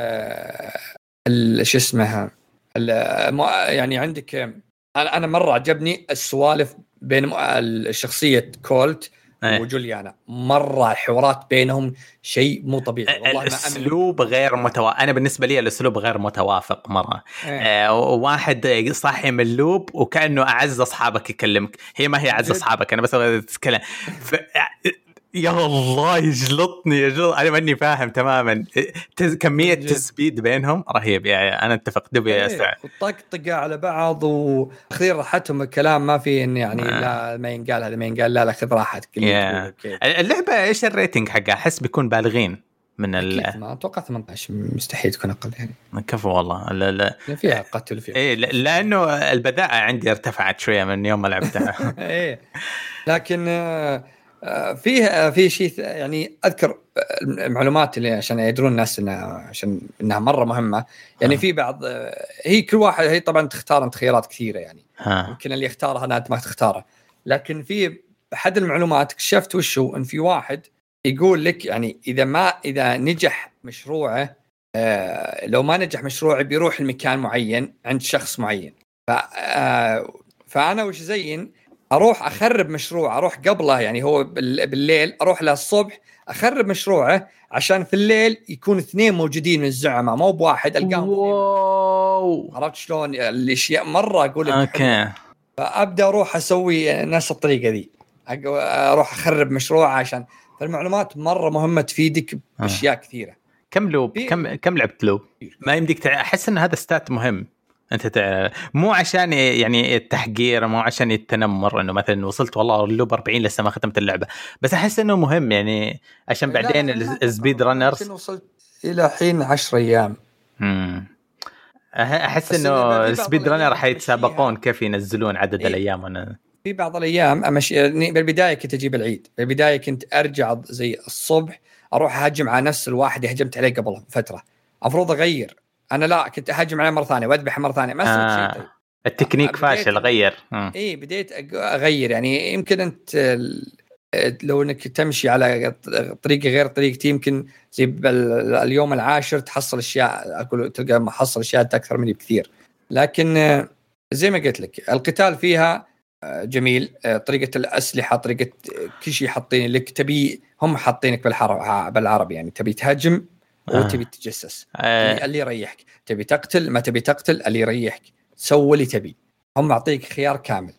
S2: ايش اسمها يعني عندك انا انا مره عجبني السوالف بين الشخصيه كولت وجوليانا، مرة الحوارات بينهم شيء مو طبيعي والله.
S1: الأسلوب غير متوافق، أنا بالنسبة لي الأسلوب غير متوافق مرة. آه واحد صاحي من اللوب وكأنه أعز أصحابك يكلمك، هي ما هي أعز أصحابك، أنا بس أتكلم ف... يا الله يجلطني يجلط، أنا ماني فاهم تماما تز... كمية تسبيد بينهم رهيب يعني. أنا أتفق دبي أسرع
S2: وطقطقة على بعض وخذين راحتهم، الكلام ما في إن يعني آه. لا ما ينقال هذا ما ينقال، لا لا خذ راحتك.
S1: yeah. اللعبة إيش الريتنج حقها؟ أحس بيكون بالغين من ال
S2: ما أتوقع ثمانية عشر، مستحيل تكون أقل يعني.
S1: كفو والله. لا لا
S2: فيها قتل فيها
S1: إيه، لأنه البداءة عندي ارتفعت شوية من يوم ما لعبتها.
S2: إيه لكن فيه في شيء يعني أذكر المعلومات اللي عشان يدرون الناس إنها عشان إنها مرة مهمة يعني. في بعض هي كل واحد هي طبعا تختار انت خيارات كثيرة يعني، يمكن اللي يختارها أنا أنت ما تختاره. لكن في أحد المعلومات اكتشفت وشو إن في واحد يقول لك يعني إذا ما إذا نجح مشروعه آه لو ما نجح مشروعه بيروح لمكان معين عند شخص معين. ف آه فأنا وش زين أروح أخرب مشروع، أروح قبله يعني هو بالليل أروح له الصبح أخرب مشروعه عشان في الليل يكون اثنين موجودين من الزعماء مو بواحد ألقاهم. عرفت شلون الأشياء مرة أقول لك
S1: أوكي.
S2: فأبدأ أروح أسوي نفس الطريقة ذي، أروح أخرب مشروع عشان فالمعلومات مرة مهمة تفيدك بأشياء كثيرة.
S1: كم لوب كم كم لعبت لوب؟ ما يمديك تع... أحس إن هذا ستات مهم أنت تع... مو عشان يعني التحقير، مو عشان التنمر إنه مثلا وصلت والله اللوب أربعين لسه ما ختمت اللعبة، بس أحس إنه مهم يعني عشان بعدين السبيد رانرز.
S2: وصلت إلى حين عشر أيام.
S1: امم أحس إنه السبيد رانر حيتسابقون كيف ينزلون عدد إيه؟ الأيام. وأنا
S2: في بعض الأيام أمشي بالبداية كنت أجيب العيد، بالبداية كنت أرجع زي الصبح أروح أهجم على نفس الواحد هجمت عليه قبل فترة، أفروض أغير أنا لا كنت أهجم عليه مرة ثانية وأذبح مرة ثانية ما سويت آه. شيء. طيب
S1: التكنيك فاشل غير.
S2: إيه بديت أغير يعني. يمكن أنت لو إنك تمشي على طريقة غير طريقتي يمكن زي اليوم العاشر تحصل أشياء أقول تلقى محصل أشياء أكثر مني بكثير. لكن زي ما قلت لك القتال فيها جميل، طريقة الأسلحة طريقة كل شيء حاطين لك، تبي هم حاطينك بالعربي يعني تبي تهاجم وتبي تتجسس آه. اللي يريحك، تبي تقتل ما تبي تقتل اللي يريحك، سوي اللي تبي، هم أعطيك خيار كامل.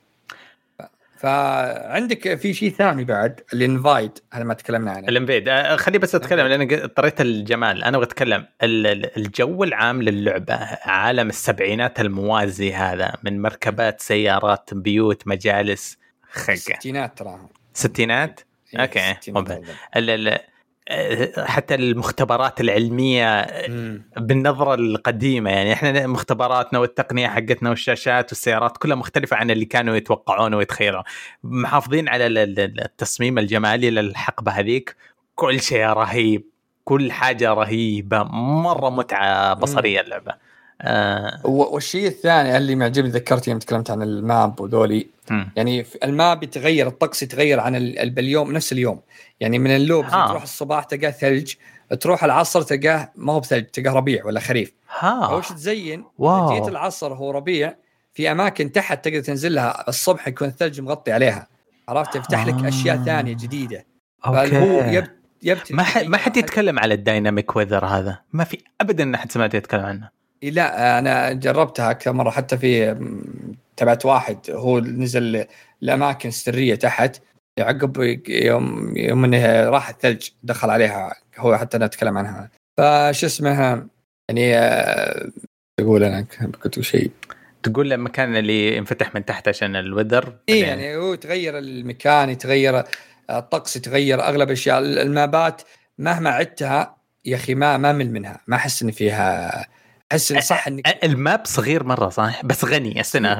S2: فعندك في شيء ثاني بعد الانفايد هذا ما تكلمنا عنه.
S1: الانفيد خلي بس اتكلم لان اضطريت الجمال. انا ابغى اتكلم الجو العام للعبه، عالم السبعينات الموازي هذا من مركبات سيارات بيوت مجالس خقه.
S2: ستينات تراهم
S1: ستينات اوكي. ال حتى المختبرات العلمية مم. بالنظرة القديمة يعني احنا مختبراتنا والتقنية حقتنا والشاشات والسيارات كلها مختلفة عن اللي كانوا يتوقعونه ويتخيلوا. محافظين على التصميم الجمالي للحقبة هذيك، كل شيء رهيب، كل حاجة رهيبة، مرة متعة بصرية مم. اللعبة.
S2: آه. والشيء الثاني اللي معجبني ذكرت يوم تكلمت عن الماب وذولي م. يعني الماب يتغير، الطقس يتغير عن اليوم نفس اليوم يعني من اللوب آه. تروح الصباح تلقاه ثلج، تروح العصر تلقاه ما هو بثلج تلقاه ربيع ولا خريف. وش تزين جيت العصر هو ربيع، في أماكن تحت تقدر تنزل لها الصبح يكون الثلج مغطي عليها، عرفت يفتح لك أشياء ثانية جديدة. فهو يب يبت
S1: ما ح... ما حد يتكلم على الدايناميك ويذر هذا، ما في أبدا أن حد سمعت يتكلم عنه.
S2: لا أنا جربتها أكثر مرة، حتى في تبعت واحد هو نزل الأماكن السرية تحت يعقب يوم يوم إنه راح الثلج دخل عليها هو حتى نتكلم عنها. فش اسمها يعني أقول أنا كنت شيء
S1: تقول المكان اللي ينفتح من تحت عشان الودر
S2: إيه يعني هو تغير المكان، يتغير الطقس، يتغير أغلب أشياء. المابات مهما عدتها يا أخي ما ما مل منها، ما أحس إن فيها، أحس إن صح إنك
S1: الماب صغير مرة صح بس غني السنة.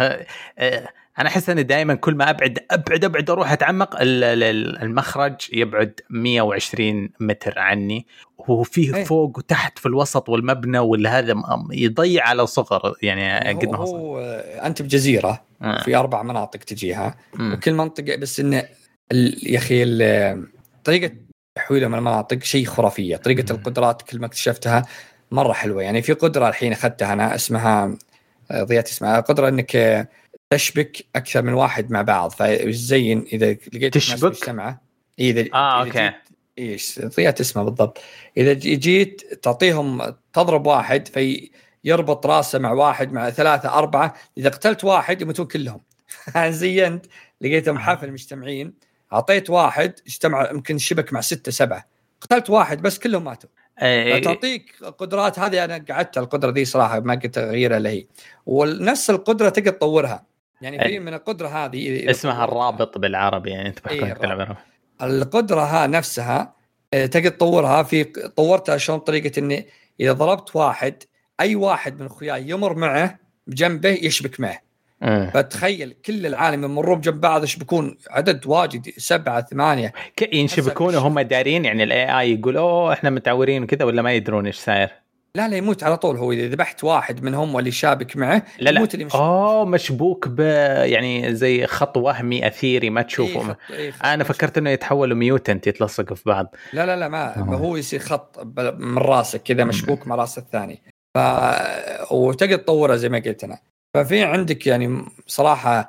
S1: أنا أحس أني دائما كل ما أبعد أبعد أبعد أروح أتعمق، المخرج يبعد مية وعشرين متر عني، وفيه
S2: إيه.
S1: فوق وتحت في الوسط والمبنى والهذا يضيع على صغر يعني,
S2: يعني
S1: قد ما
S2: هو,
S1: حصل.
S2: هو أنت بجزيرة
S1: آه.
S2: في أربع مناطق تجيها،
S1: م.
S2: وكل منطقة بس إنه يا أخي طريقة تحويلها من المناطق شيء خرافية. طريقة م. القدرات كل ما اكتشفتها مرة حلوة. يعني في قدرة الحين أخذتها أنا اسمها ضيعت اسمها، قدرة إنك تشبك أكثر من واحد مع بعض، فزين إذا لقيت ناس مجتمعة إذا
S1: آه،
S2: إذا جيت إيش ضيعت اسمها بالضبط، إذا جيت تعطيهم تضرب واحد فيربط راسه مع واحد مع ثلاثة أربعة، إذا قتلت واحد يموتون كلهم. زينت لقيتهم حفل مجتمعين، أعطيت واحد اجتمع يمكن شبك مع ستة سبعة، قتلت واحد بس كلهم ماتوا. فتعطيك قدرات هذه. أنا قعدت على القدرة دي صراحة ما قلت أغيرها لهي، ونفس القدرة تقدر تطورها. يعني في من القدرة هذه
S1: اسمها الرابط بالعربي، يعني أنت بحكم
S2: إيه
S1: تلعب
S2: القدرة ها نفسها تقدر تطورها. في طورتها شلون؟ طريقة إني إذا ضربت واحد أي واحد من أخوياي يمر معه بجنبه يشبك معه.
S1: أه.
S2: فتخيل كل العالم يمرون جنب بعض يشبكون، عدد واجد سبعة ثمانية
S1: ينشبكون وهم دارين. يعني الاي اي يقول اوه احنا متعورين وكذا ولا ما يدرون ايش صاير؟
S2: لا لا يموت على طول. هو اذا ذبحت واحد منهم واللي شابك معه
S1: لا لا
S2: يموت اللي مشبوك.
S1: اوه مشبوك ب يعني زي خط وهمي اثيري ما تشوفه.
S2: إيه خط... إيه خط
S1: انا فكرت انه يتحولوا ميوتنت يتلصقوا في بعض.
S2: لا لا لا ما, ما هو يصير خط من راسك كذا مشبوك مع راس الثاني. ف وتقدر تطوره زي ما قلت انا. ففي عندك يعني صراحة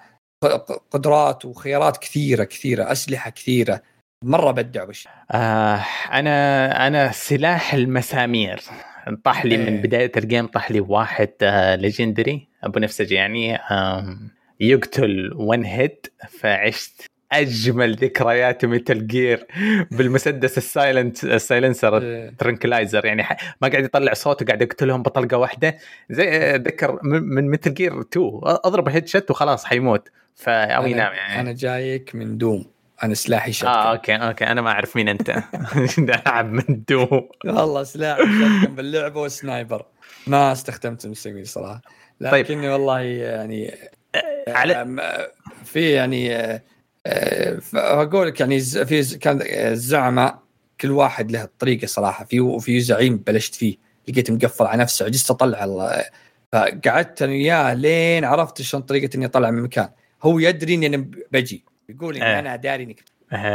S2: قدرات وخيارات كثيرة كثيرة، أسلحة كثيرة مرة بدع بش.
S1: آه أنا أنا سلاح المسامير طاح لي من بداية الجيم. طاح لي واحد آه ليجندري أبو نفسجي يعني آه يقتل ون هيد. فعشت أجمل ذكريات ميتال جير بالمسدس السايلنت السايلنسر ترنكلايزر. يعني ما قاعد يطلع صوت وقاعد يقتلهم بطلقة واحدة زي ذكر من ميتال جير تو. أضرب هيد شت وخلاص حيموت فأو ينام. يعني
S2: أنا جايك من دوم، أنا سلاحي شتكن.
S1: آه أوكي أوكي أنا ما أعرف مين أنت. ألعب من دوم
S2: والله سلاحي شتكن باللعبة والسنايبر ما استخدمت المسامير صراحة. لكن طيب. والله يعني على في يعني أقول لك يعني في كان الزعماء كل واحد له طريقة صراحة. في في زعيم بلشت فيه لقيت مقفل على نفسه عجزت أطلع الله، فقعدت أنا وياه لين عرفت شلون طريقة إني أطلع من مكان. هو يدري إني أنا بجي يقول إن أنا داري إنك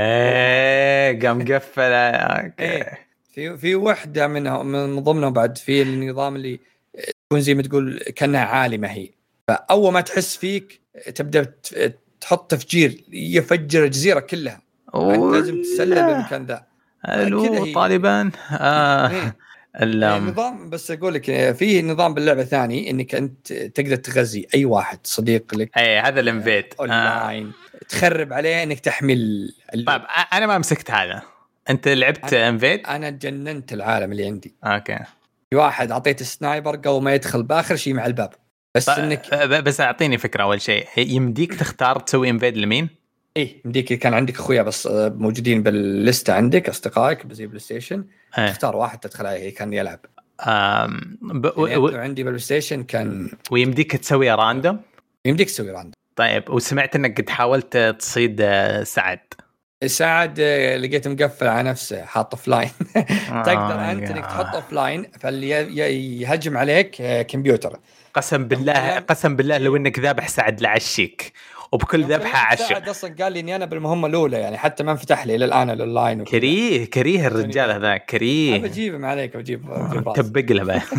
S1: إيه قام قفل.
S2: إيه في في وحدة منهم من ضمنهم بعد في النظام اللي تكون زي ما تقول كأنها عالمة هي، فأول ما تحس فيك تبدأ تحط تفجير يفجر الجزيرة كلها. أنت لازم تسلل بالمكان ذا.
S1: الو طالبان آه.
S2: إيه. النظام بس أقول لك فيه نظام باللعبة ثاني إنك أنت تقدر تغذي أي واحد صديق لك.
S1: أي هذا الانفيد
S2: أونلاين آه. تخرب عليه إنك تحمل.
S1: طيب أنا ما مسكت هذا. أنت لعبت انفيد؟
S2: أنا جننت العالم اللي عندي.
S1: أوكي.
S2: في واحد عطيت السنايبر قبل ما يدخل بآخر شيء مع الباب. بس إنك
S1: بس أعطيني فكرة. أول شيء يمديك تختار تسوي انفيد لمين؟
S2: إيه يمديك كان عندك أخويا بس موجودين بالليستة عندك أصدقائك بزي بلاي ستيشن أه. تختار واحد تدخل عليه كان يلعب.
S1: أم ب...
S2: يعني و... عندي بالبلاي ستيشن كان.
S1: ويمديك تسوي راندوم.
S2: يمديك تسوي راندوم.
S1: طيب وسمعت إنك قد حاولت تصيد سعد.
S2: سعد لقيت مقفل على نفسه حاط أوفلاين. تقدر أنت إنك تحط أوفلاين فاللي يهجم عليك كمبيوتر.
S1: قسم بالله قسم بالله لو إنك ذابح سعد لعشيك وبكل ذبحة عشق.
S2: سعد أصلا قال لي إني أنا بالمهمة الأولى يعني حتى ما انفتح لي إلى الآن الأونلاين.
S1: كريه كريه الرجال هذا كريه.
S2: بجيبه ما عليك بجيب
S1: تبق له بقى.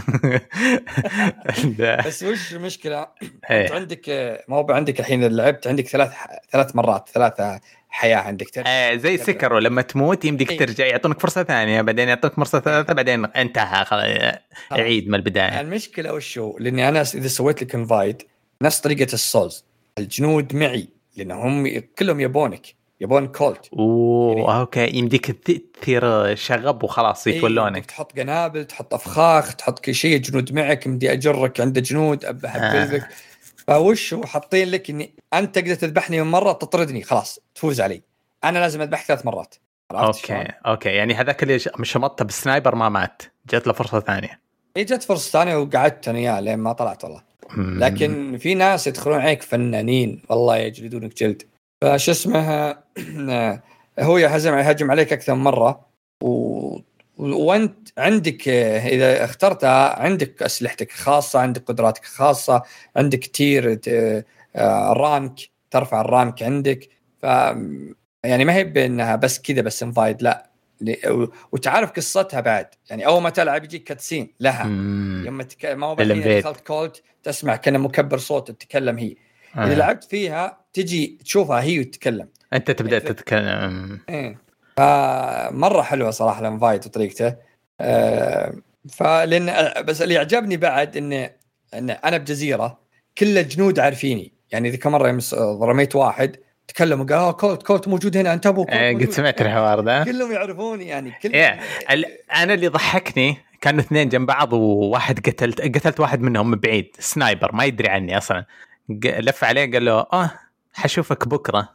S2: بس وش المشكلة؟ أنت عندك ما هو عندك الحين لعبت عندك ثلاث ثلاث مرات ثلاثة حياة عندك ترجع.
S1: آه زي سكرو لما تموت يمديك إيه؟ ترجع يعطونك فرصة ثانية بعدين يعطونك فرصة ثالثة بعدين انتهى خلاص عيد من البداية.
S2: المشكلة وشو لأني أنا إذا سويت لك انفايد نفس طريقة السولز الجنود معي لأنهم كلهم يبونك يبون كولت.
S1: اوه يعني اوكي يمديك تثير شغب وخلاص يتولونك.
S2: إيه تحط قنابل تحط أفخاخ تحط كل شيء جنود معك يمدي أجرك عند جنود أبحبذك. فوش حاطين لك اني انت تقدر تذبحني من مره تطردني خلاص تفوز علي، انا لازم اذبحك ثلاث مرات.
S1: اوكي شون؟ اوكي يعني هذاك اللي شمطته بالسنايبر ما مات، جت له فرصه ثانيه.
S2: اي جت فرصه ثانيه وقعدت انا اياه لين ما طلعت والله. لكن في ناس يدخلون عليك فنانين والله يجلدونك جلد. فش اسمه هو يهزم يهجم عليك اكثر من مره و... وانت عندك اذا اخترتها عندك اسلحتك خاصه، عندك قدراتك خاصه، عندك تير رانك ترفع الرانك عندك. ف يعني ما هي بانها بس كذا بس انفايد، لا وتعرف قصتها بعد. يعني اول ما تلعب يجيك كاتسين لها يوم تك... ما هو بعدين دخلت كولت تسمع كأنه مكبر صوت تتكلم هي. آه. اذا لعبت فيها تجي تشوفها هي وتتكلم،
S1: انت تبدا يعني تتكلم.
S2: ايه فمره حلوه صراحه الانفايت وطريقته. آه فلان بس اللي عجبني بعد انه ان انا بجزيره كل الجنود عارفيني. يعني اذا مره يمس رميت واحد تكلموا قال اه كولت كولت موجود هنا انتبهوا.
S1: ايه قد سمعت الحوار ده
S2: كلهم يعرفوني يعني كل
S1: إيه. انا اللي ضحكني كانوا اثنين جنب بعض وواحد قتلت قتلت واحد منهم من بعيد سنايبر ما يدري عني اصلا، لف عليه قال له اه حشوفك بكره.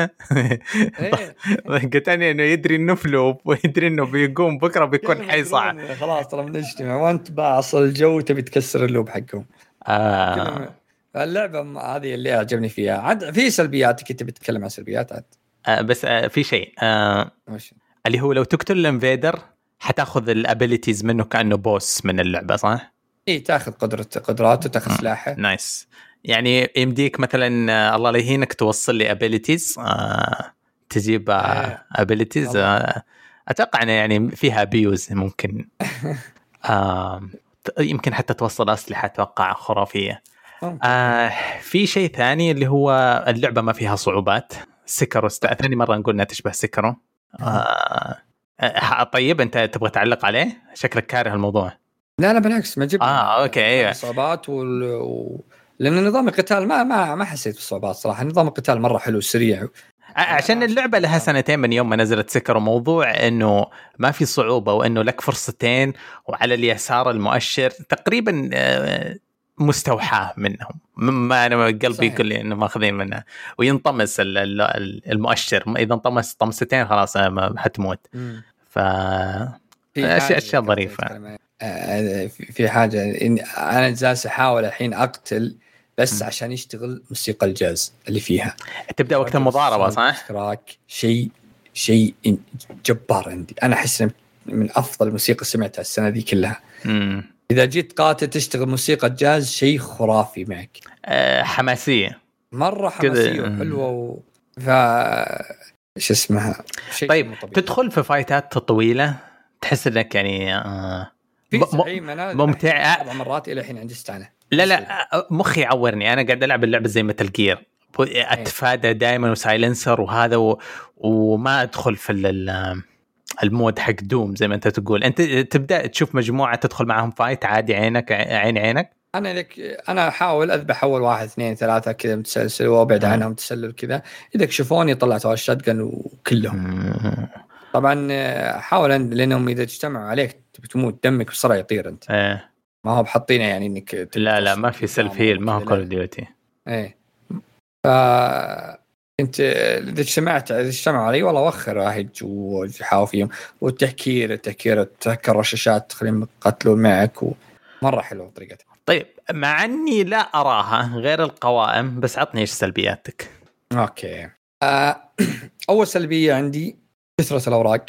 S1: قتلني انه يدري انه فلوب ويدري انه بيقوم بكره بيكون حي صعب.
S2: خلاص ترى بنجتمع وانت باصل الجو تبي تكسر اللوب حقهم.
S1: آه.
S2: اللعبه هذه اللي عجبني فيها. عاد في سلبيات كنت بتتكلم عن سلبيات عاد.
S1: آه بس آه في شيء آه اللي هو لو تقتل الانفيدر حتاخذ الابيليتيز منه كانه بوس من اللعبه صح؟
S2: اي تاخذ قدره قدراته وتاخذ سلاحه.
S1: نايس. يعني يمديك مثلا آه الله لا يهينك توصل لي ابيليتيز آه تجيب آه ابيليتيز آه اتوقع انه يعني فيها بيوز ممكن. آه يمكن حتى توصل اسلحه اتوقع خرافيه. آه في شيء ثاني اللي هو اللعبه ما فيها صعوبات. سكرو ثاني مره نقول انها تشبه سكرو. آه طيب انت تبغى تعلق عليه؟ شكلك كاره الموضوع.
S2: لا لا بالعكس ما جبت
S1: اه اوكي ايوه
S2: صعوبات وال... و... لان نظام القتال ما ما ما حسيت بالصعوبات صراحه. نظام القتال مره حلو سريع.
S1: عشان اللعبه لها سنتين من يوم ما نزلت سكر، وموضوع انه ما في صعوبه وانه لك فرصتين وعلى اليسار المؤشر تقريبا مستوحاه منهم. ما انا قلبي يقول لي انه ماخذين منها وينطمس المؤشر. اذا انطمس طمستين خلاص حتموت. ف اشياء اشياء ظريفه.
S2: في حاجه انا جالس احاول الحين اقتل بس م. عشان يشتغل موسيقى الجاز اللي فيها.
S1: تبدا وقت المضاربه صح؟
S2: تراك شيء شيء جبار عندي. انا احس من افضل موسيقى سمعتها السنه دي كلها.
S1: م.
S2: اذا جيت قاتل تشتغل موسيقى جاز شيء خرافي معك.
S1: أه حماسيه
S2: مره حماسيه وحلوه و... ف ايش اسمها
S1: شيء طيب مطبيع. تدخل في فايتات طويله تحس انك يعني آه
S2: م... ممتع اربع مرات الى الحين عندي استعنه.
S1: لا لا مخي يعورني. انا قاعد العب اللعبه زي متل جير اتفادى دائما وسايلنسر وهذا و... وما ادخل في ال... المود حق دوم زي ما انت تقول. انت تبدا تشوف مجموعه تدخل معهم فايت عادي عينك عين عينك.
S2: انا لك انا احاول اذبح اول واحد اثنين ثلاثه كذا متسلسل وابعد عنهم تسلل كذا. اذا كشفوني طلعت على الشاتجن وكلهم. طبعا حاول لانهم اذا اجتمعوا عليك بتموت دمك بسرعه يطير انت.
S1: ايه.
S2: ما هو بحطينه يعني انك
S1: لا لا ما في سيلف هيل ما هو كول اوف ديوتي.
S2: ايه ف انت اذا اجتمعت اذا اجتمعوا علي والله وخر راهج وحاول فيهم والتهكير التهكير تهكر الشاشات تخليهم يقتلون معك ومره حلوه طريقتها.
S1: طيب مع اني لا اراها غير القوائم بس عطني ايش سلبياتك.
S2: اوكي آه اول سلبيه عندي كثره الاوراق.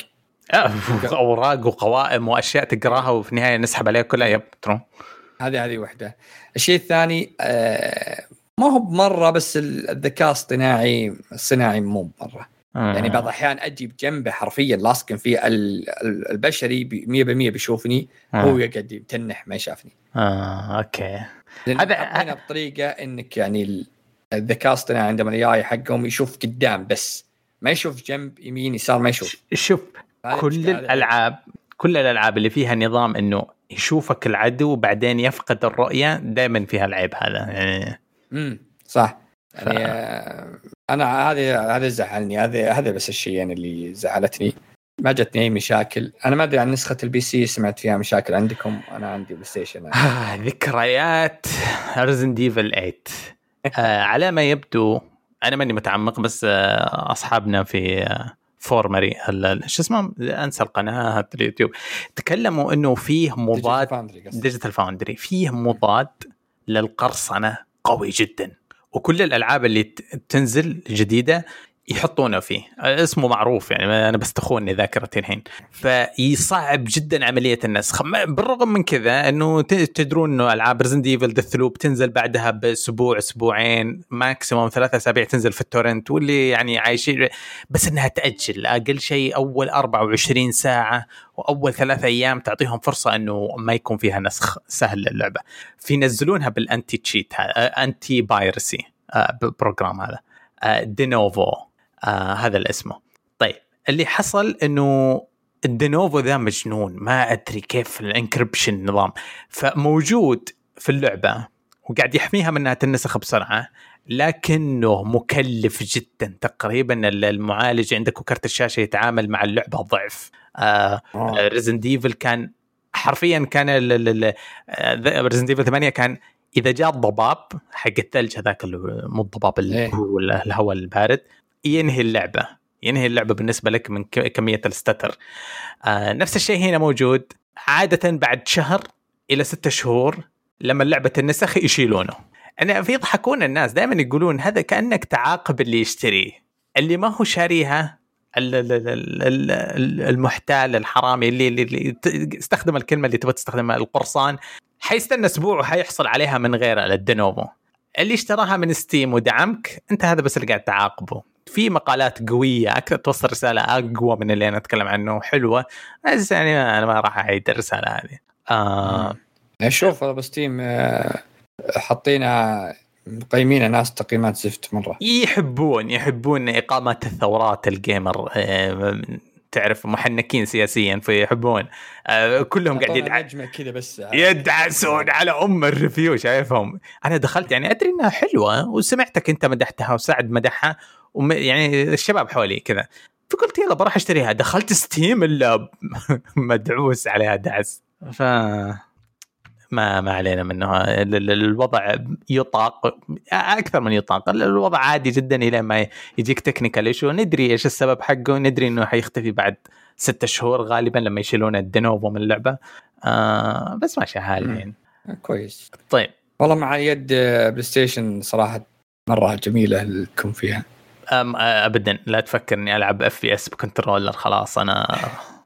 S1: اوراق وقوائم واشياء تقراها وفي النهايه نسحب عليها كلها. يب ترى
S2: هذه هذه وحده. الشيء الثاني آه ما هو بمره بس الذكاء الاصطناعي الصناعي مو مره. آه. يعني بعض الاحيان اجي بجنبه حرفيا لاصقن فيه البشري مية بالمية بيشوفني. آه. هو يقعد يتنح ما يشافني.
S1: اه اوكي
S2: هذا حطينا بطريقه انك يعني الذكاء الاصطناعي عندما الاي حقهم يشوف قدام بس ما يشوف جنب يمين يسار ما يشوف.
S1: شوف كل الالعاب كل الالعاب اللي فيها نظام انه يشوفك العدو وبعدين يفقد الرؤيه دائما فيها العيب هذا يعني.
S2: امم صح يعني ف... انا هذه هذا زعلني. هذا هذا بس الشيء يعني اللي زعلتني. ما جتني اي مشاكل. انا ما ادري عن نسخه البي سي سمعت فيها مشاكل عندكم. انا عندي بلاي ستيشن.
S1: آه ذكريات ريزيدنت ايفل ثمانية آه على ما يبدو انا ماني متعمق بس آه اصحابنا في آه فورمري شو اسمه انسى القناه اليوتيوب تكلموا انه فيه مضاد ديجيتال فاوندري فيه مضاد للقرصنه قوي جدا وكل الالعاب اللي تنزل جديده يحطونه فيه اسمه معروف يعني انا بستخوني ذاكرتي الحين فيصعب جدا عمليه النسخ بالرغم من كذا انه تدرون انه العاب ريزنت ايفل ديث لوب تنزل بعدها باسبوع اسبوعين ماكسيموم ثلاثة اسابيع تنزل في التورنت واللي يعني عايشين بس انها تاجل اقل شيء اول أربعة وعشرين ساعه واول ثلاثة ايام تعطيهم فرصه انه ما يكون فيها نسخ سهل للعبه في نزلونها بالانتي تشيت انتي بايرسي بروجرام هذا دينوفو آه هذا الاسمه. طيب اللي حصل انه الدينوفو ذا مجنون ما ادري كيف الانكريبشن نظام فموجود في اللعبه وقاعد يحميها من انها تنسخ بسرعه لكنه مكلف جدا تقريبا المعالج عندك وكرت الشاشه يتعامل مع اللعبه ضعف. آه ريزنت ايفل كان حرفيا كان ريزنت ايفل ثمانية كان اذا جاء الضباب حق الثلج هذاك مو الضباب الهواء البارد ينهي اللعبة ينهي اللعبة بالنسبة لك من كمية الستاتر. آه نفس الشيء هنا موجود عادة بعد شهر إلى ستة شهور لما اللعبة تنسخ يشيلونه. أنا في يضحكون الناس دائما يقولون هذا كأنك تعاقب اللي يشتريه اللي ما هو شاريها المحتال الحرامي اللي, اللي استخدم الكلمة اللي تبغى تستخدمها القرصان حيستنى أسبوع وحيحصل عليها من غير الدينوفو. اللي اشتراها من ستيم ودعمك أنت هذا بس اللي قاعد تعاقبه. في مقالات قوية أكثر توصل رسالة أقوى من اللي أنا أتكلم عنه حلوة بس يعني أنا ما راح أعيد الرسالة هذه. آه
S2: أشوف بستيم حطينا مقيمين ناس تقييمات زفت مرة
S1: يحبون يحبون إقامة الثورات الجيمر آه تعرف محنكين سياسيا فيحبون آه كلهم قاعدين
S2: يدعسون كذا بس
S1: يدعسون على أم الريفيو شايفهم. أنا دخلت يعني أدري إنها حلوة وسمعتك أنت مدحتها وسعد مدحها وم يعني الشباب حولي كذا فقلت يلا بروح أشتريها. دخلت ستيم إلا مدعوس عليها دعس ف ما ما علينا منه. الوضع يطاق أكثر من يطاق الوضع عادي جدا إلى ما يجيك تكنيكال إيشو ندري إيش السبب حقه ندري إنه حيختفي بعد ستة شهور غالبا لما يشيلون الدينوفو من اللعبة. آه بس ماشي حالين
S2: كويس.
S1: طيب
S2: والله مع يد بلاي ستيشن صراحة مرة جميلة لكم فيها.
S1: أم أبدا لا تفكر إني ألعب اف بي اس بكنترولر خلاص أنا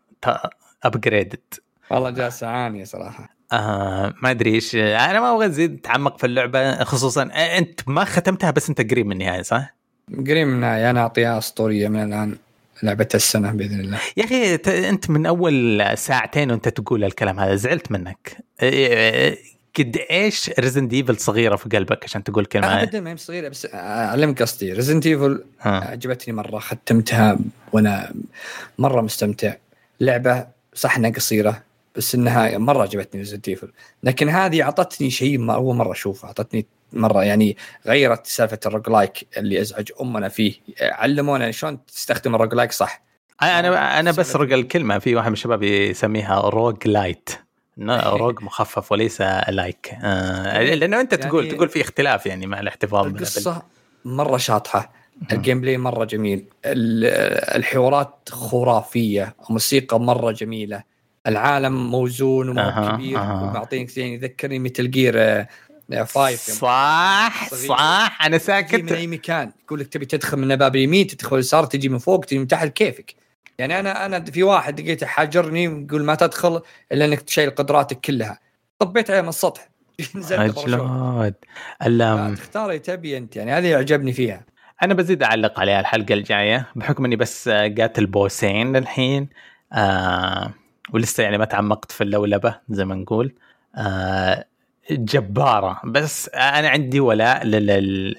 S1: أبجريدد
S2: والله جاء سعاني صراحة.
S1: آه ما أدري إيش أنا ما أبغى أزيد تعمق في اللعبة خصوصا أنت ما ختمتها بس أنت قريب من النهاية صح؟
S2: قريب من النهاية أنا أعطيها أسطورية من الآن لعبة السنة بإذن الله.
S1: يا أخي أنت من أول ساعتين وأنت تقول الكلام هذا زعلت منك قد إيش ريزنت ايفل صغيرة في قلبك عشان تقول كلمة
S2: أبدا ما هي صغيرة بس أعلمك قصدي ريزنت ايفل عجبتني مرة ختمتها وأنا مرة مستمتع. لعبة صح إنها قصيرة بس إنها مرة عجبتني ريزنت ايفل لكن هذه عطتني شيء أول مرة أشوفه عطتني مرة يعني غيرت سالفة الروجلايك اللي أزعج أمنا فيه علمونا شلون تستخدم الروجلايك صح.
S1: أنا أنا بس رجل الكلمة في واحد من الشباب يسميها روج لايت روج مخفف وليس لايك آه لأنه أنت تقول يعني تقول في اختلاف يعني مع الاحتفاظ
S2: القصة مرة شاطحة الجيم بلاي مرة جميل الحوارات خرافية موسيقى مرة جميلة العالم موزون ومرة كبير ومعطينك يعني يذكرني مثل جير فايف
S1: صح صح أنا ساكت
S2: من أي مكان يقول لك تبي تدخل من باب اليمين تدخل اليسار تجي من فوق تجي من تحت كيفك يعني أنا أنا في واحد لقيته حاجرني ويقول ما تدخل إلا إنك تشيل قدراتك كلها طبيت عليه من السطح
S1: أجلاد
S2: تختار تبي أنت يعني هذه يعجبني فيها.
S1: أنا بزيد أعلق عليها الحلقة الجاية بحكم إني بس قاتل بوسين الحين آه ولسه يعني ما تعمقت في اللولبة زي ما نقول آه جبارة بس أنا عندي ولاء لل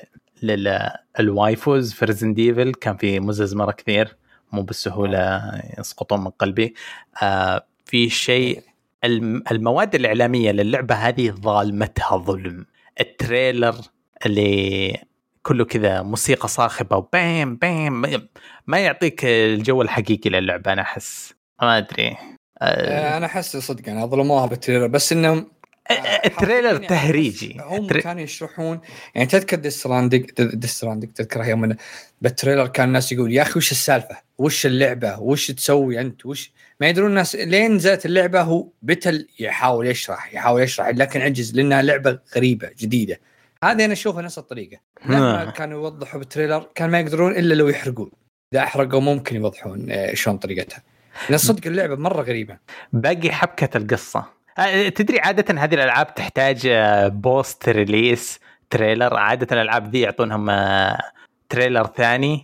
S1: للوايفوز في ريزنت ايفل كان في مزز مرة كثير مو بالسهولة يسقطون من قلبي. آه في شيء المواد الإعلامية للعبة هذه ظالمتها ظلم. التريلر اللي كله كذا موسيقى صاخبة وبام بام ما يعطيك الجو الحقيقي للعبة. أنا أحس ما أدري
S2: أه أنا أحس صدق أنا ظلموها بالتريلر بس إنهم
S1: التريلر تهريجي.
S2: هم كانوا يشرحون يعني تذكر ديسترانديك ديسترانديك تذكرها يوم من بالتريلر كان الناس يقول يا اخي وش السالفه وش اللعبه وش تسوي انت وش ما يدرون الناس لين نزلت اللعبه. هو بتل يحاول يشرح يحاول يشرح لكن عجز لانها لعبه غريبه جديده. هذه انا اشوفها نفس الطريقه. لما كانوا يوضحوا بالتريلر كان ما يقدرون الا لو يحرقون. اذا احرقوا ممكن يوضحون شلون طريقتها. لأن صدق اللعبه مره غريبه.
S1: باقي حبكه القصه. تدري عاده هذه الالعاب تحتاج بوست ريليس تريلر. عاده الالعاب دي يعطونهم تريلر ثاني.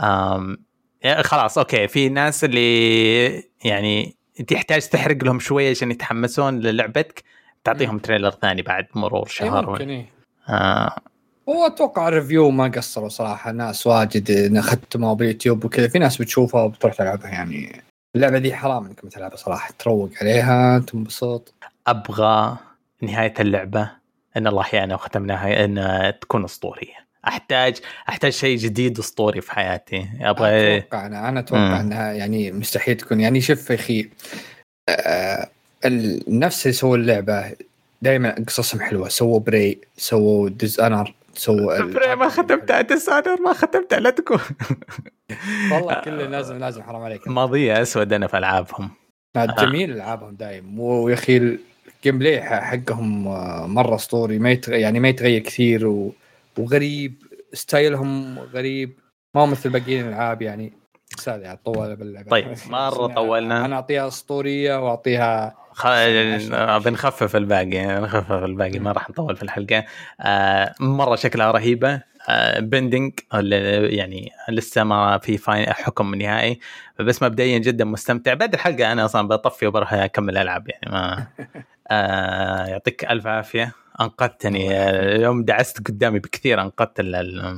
S1: خلاص اوكي في ناس اللي يعني تحتاج تحرق لهم شويه عشان يتحمسون للعبتك تعطيهم تريلر ثاني بعد مرور شهر.
S2: ممكن إيه.
S1: آه.
S2: هو اتوقع الريفيو ما قصروا صراحه. ناس واجد ختموا باليوتيوب وكذا في ناس بتشوفها وبتروح تلعبها. يعني اللعبه دي حرام انك تلعبها صراحه. تروق عليها تنبسط.
S1: ابغى نهايه اللعبه ان الله يعيننا وختمناها ان تكون اسطوريه. احتاج احتاج شيء جديد اسطوري في حياتي. ابغى
S2: اتوقع انا انا اتوقع انها يعني مستحيل تكون. يعني شوف يا اخي آه النفس اللي سووا اللعبه دائما قصصهم حلوه. سووا بري سووا ديزانر سووا
S1: بري ما ختمتها ديزانر ما ختمتها لا تكون
S2: والله كله لازم لازم حرام عليك.
S1: ماضيه اسود انا في العابهم.
S2: جميل العابهم دايم. ويا اخي الجيم بلاي حقهم مره اسطوري. ما يتغ... يعني ما يتغير كثير و... وغريب. ستايلهم غريب ما هو مثل باقيين الالعاب. يعني سادة طول باللعبه.
S1: طيب مره طولنا.
S2: انا اعطيها اسطوريه واعطيها
S1: خ... بنخفف الباقي نخفف الباقي ما راح نطول في الحلقه. آه مره شكلها رهيبه. آه بندنج يعني لسه ما في فاين حكم نهائي بس مبدئيا جدا مستمتع. بعد الحلقه انا اصلا بطفي وبروح اكمل العب يعني ما آه يعطيك الف عافيه. انقذتني يوم دعست قدامي بكثير. انقذت ال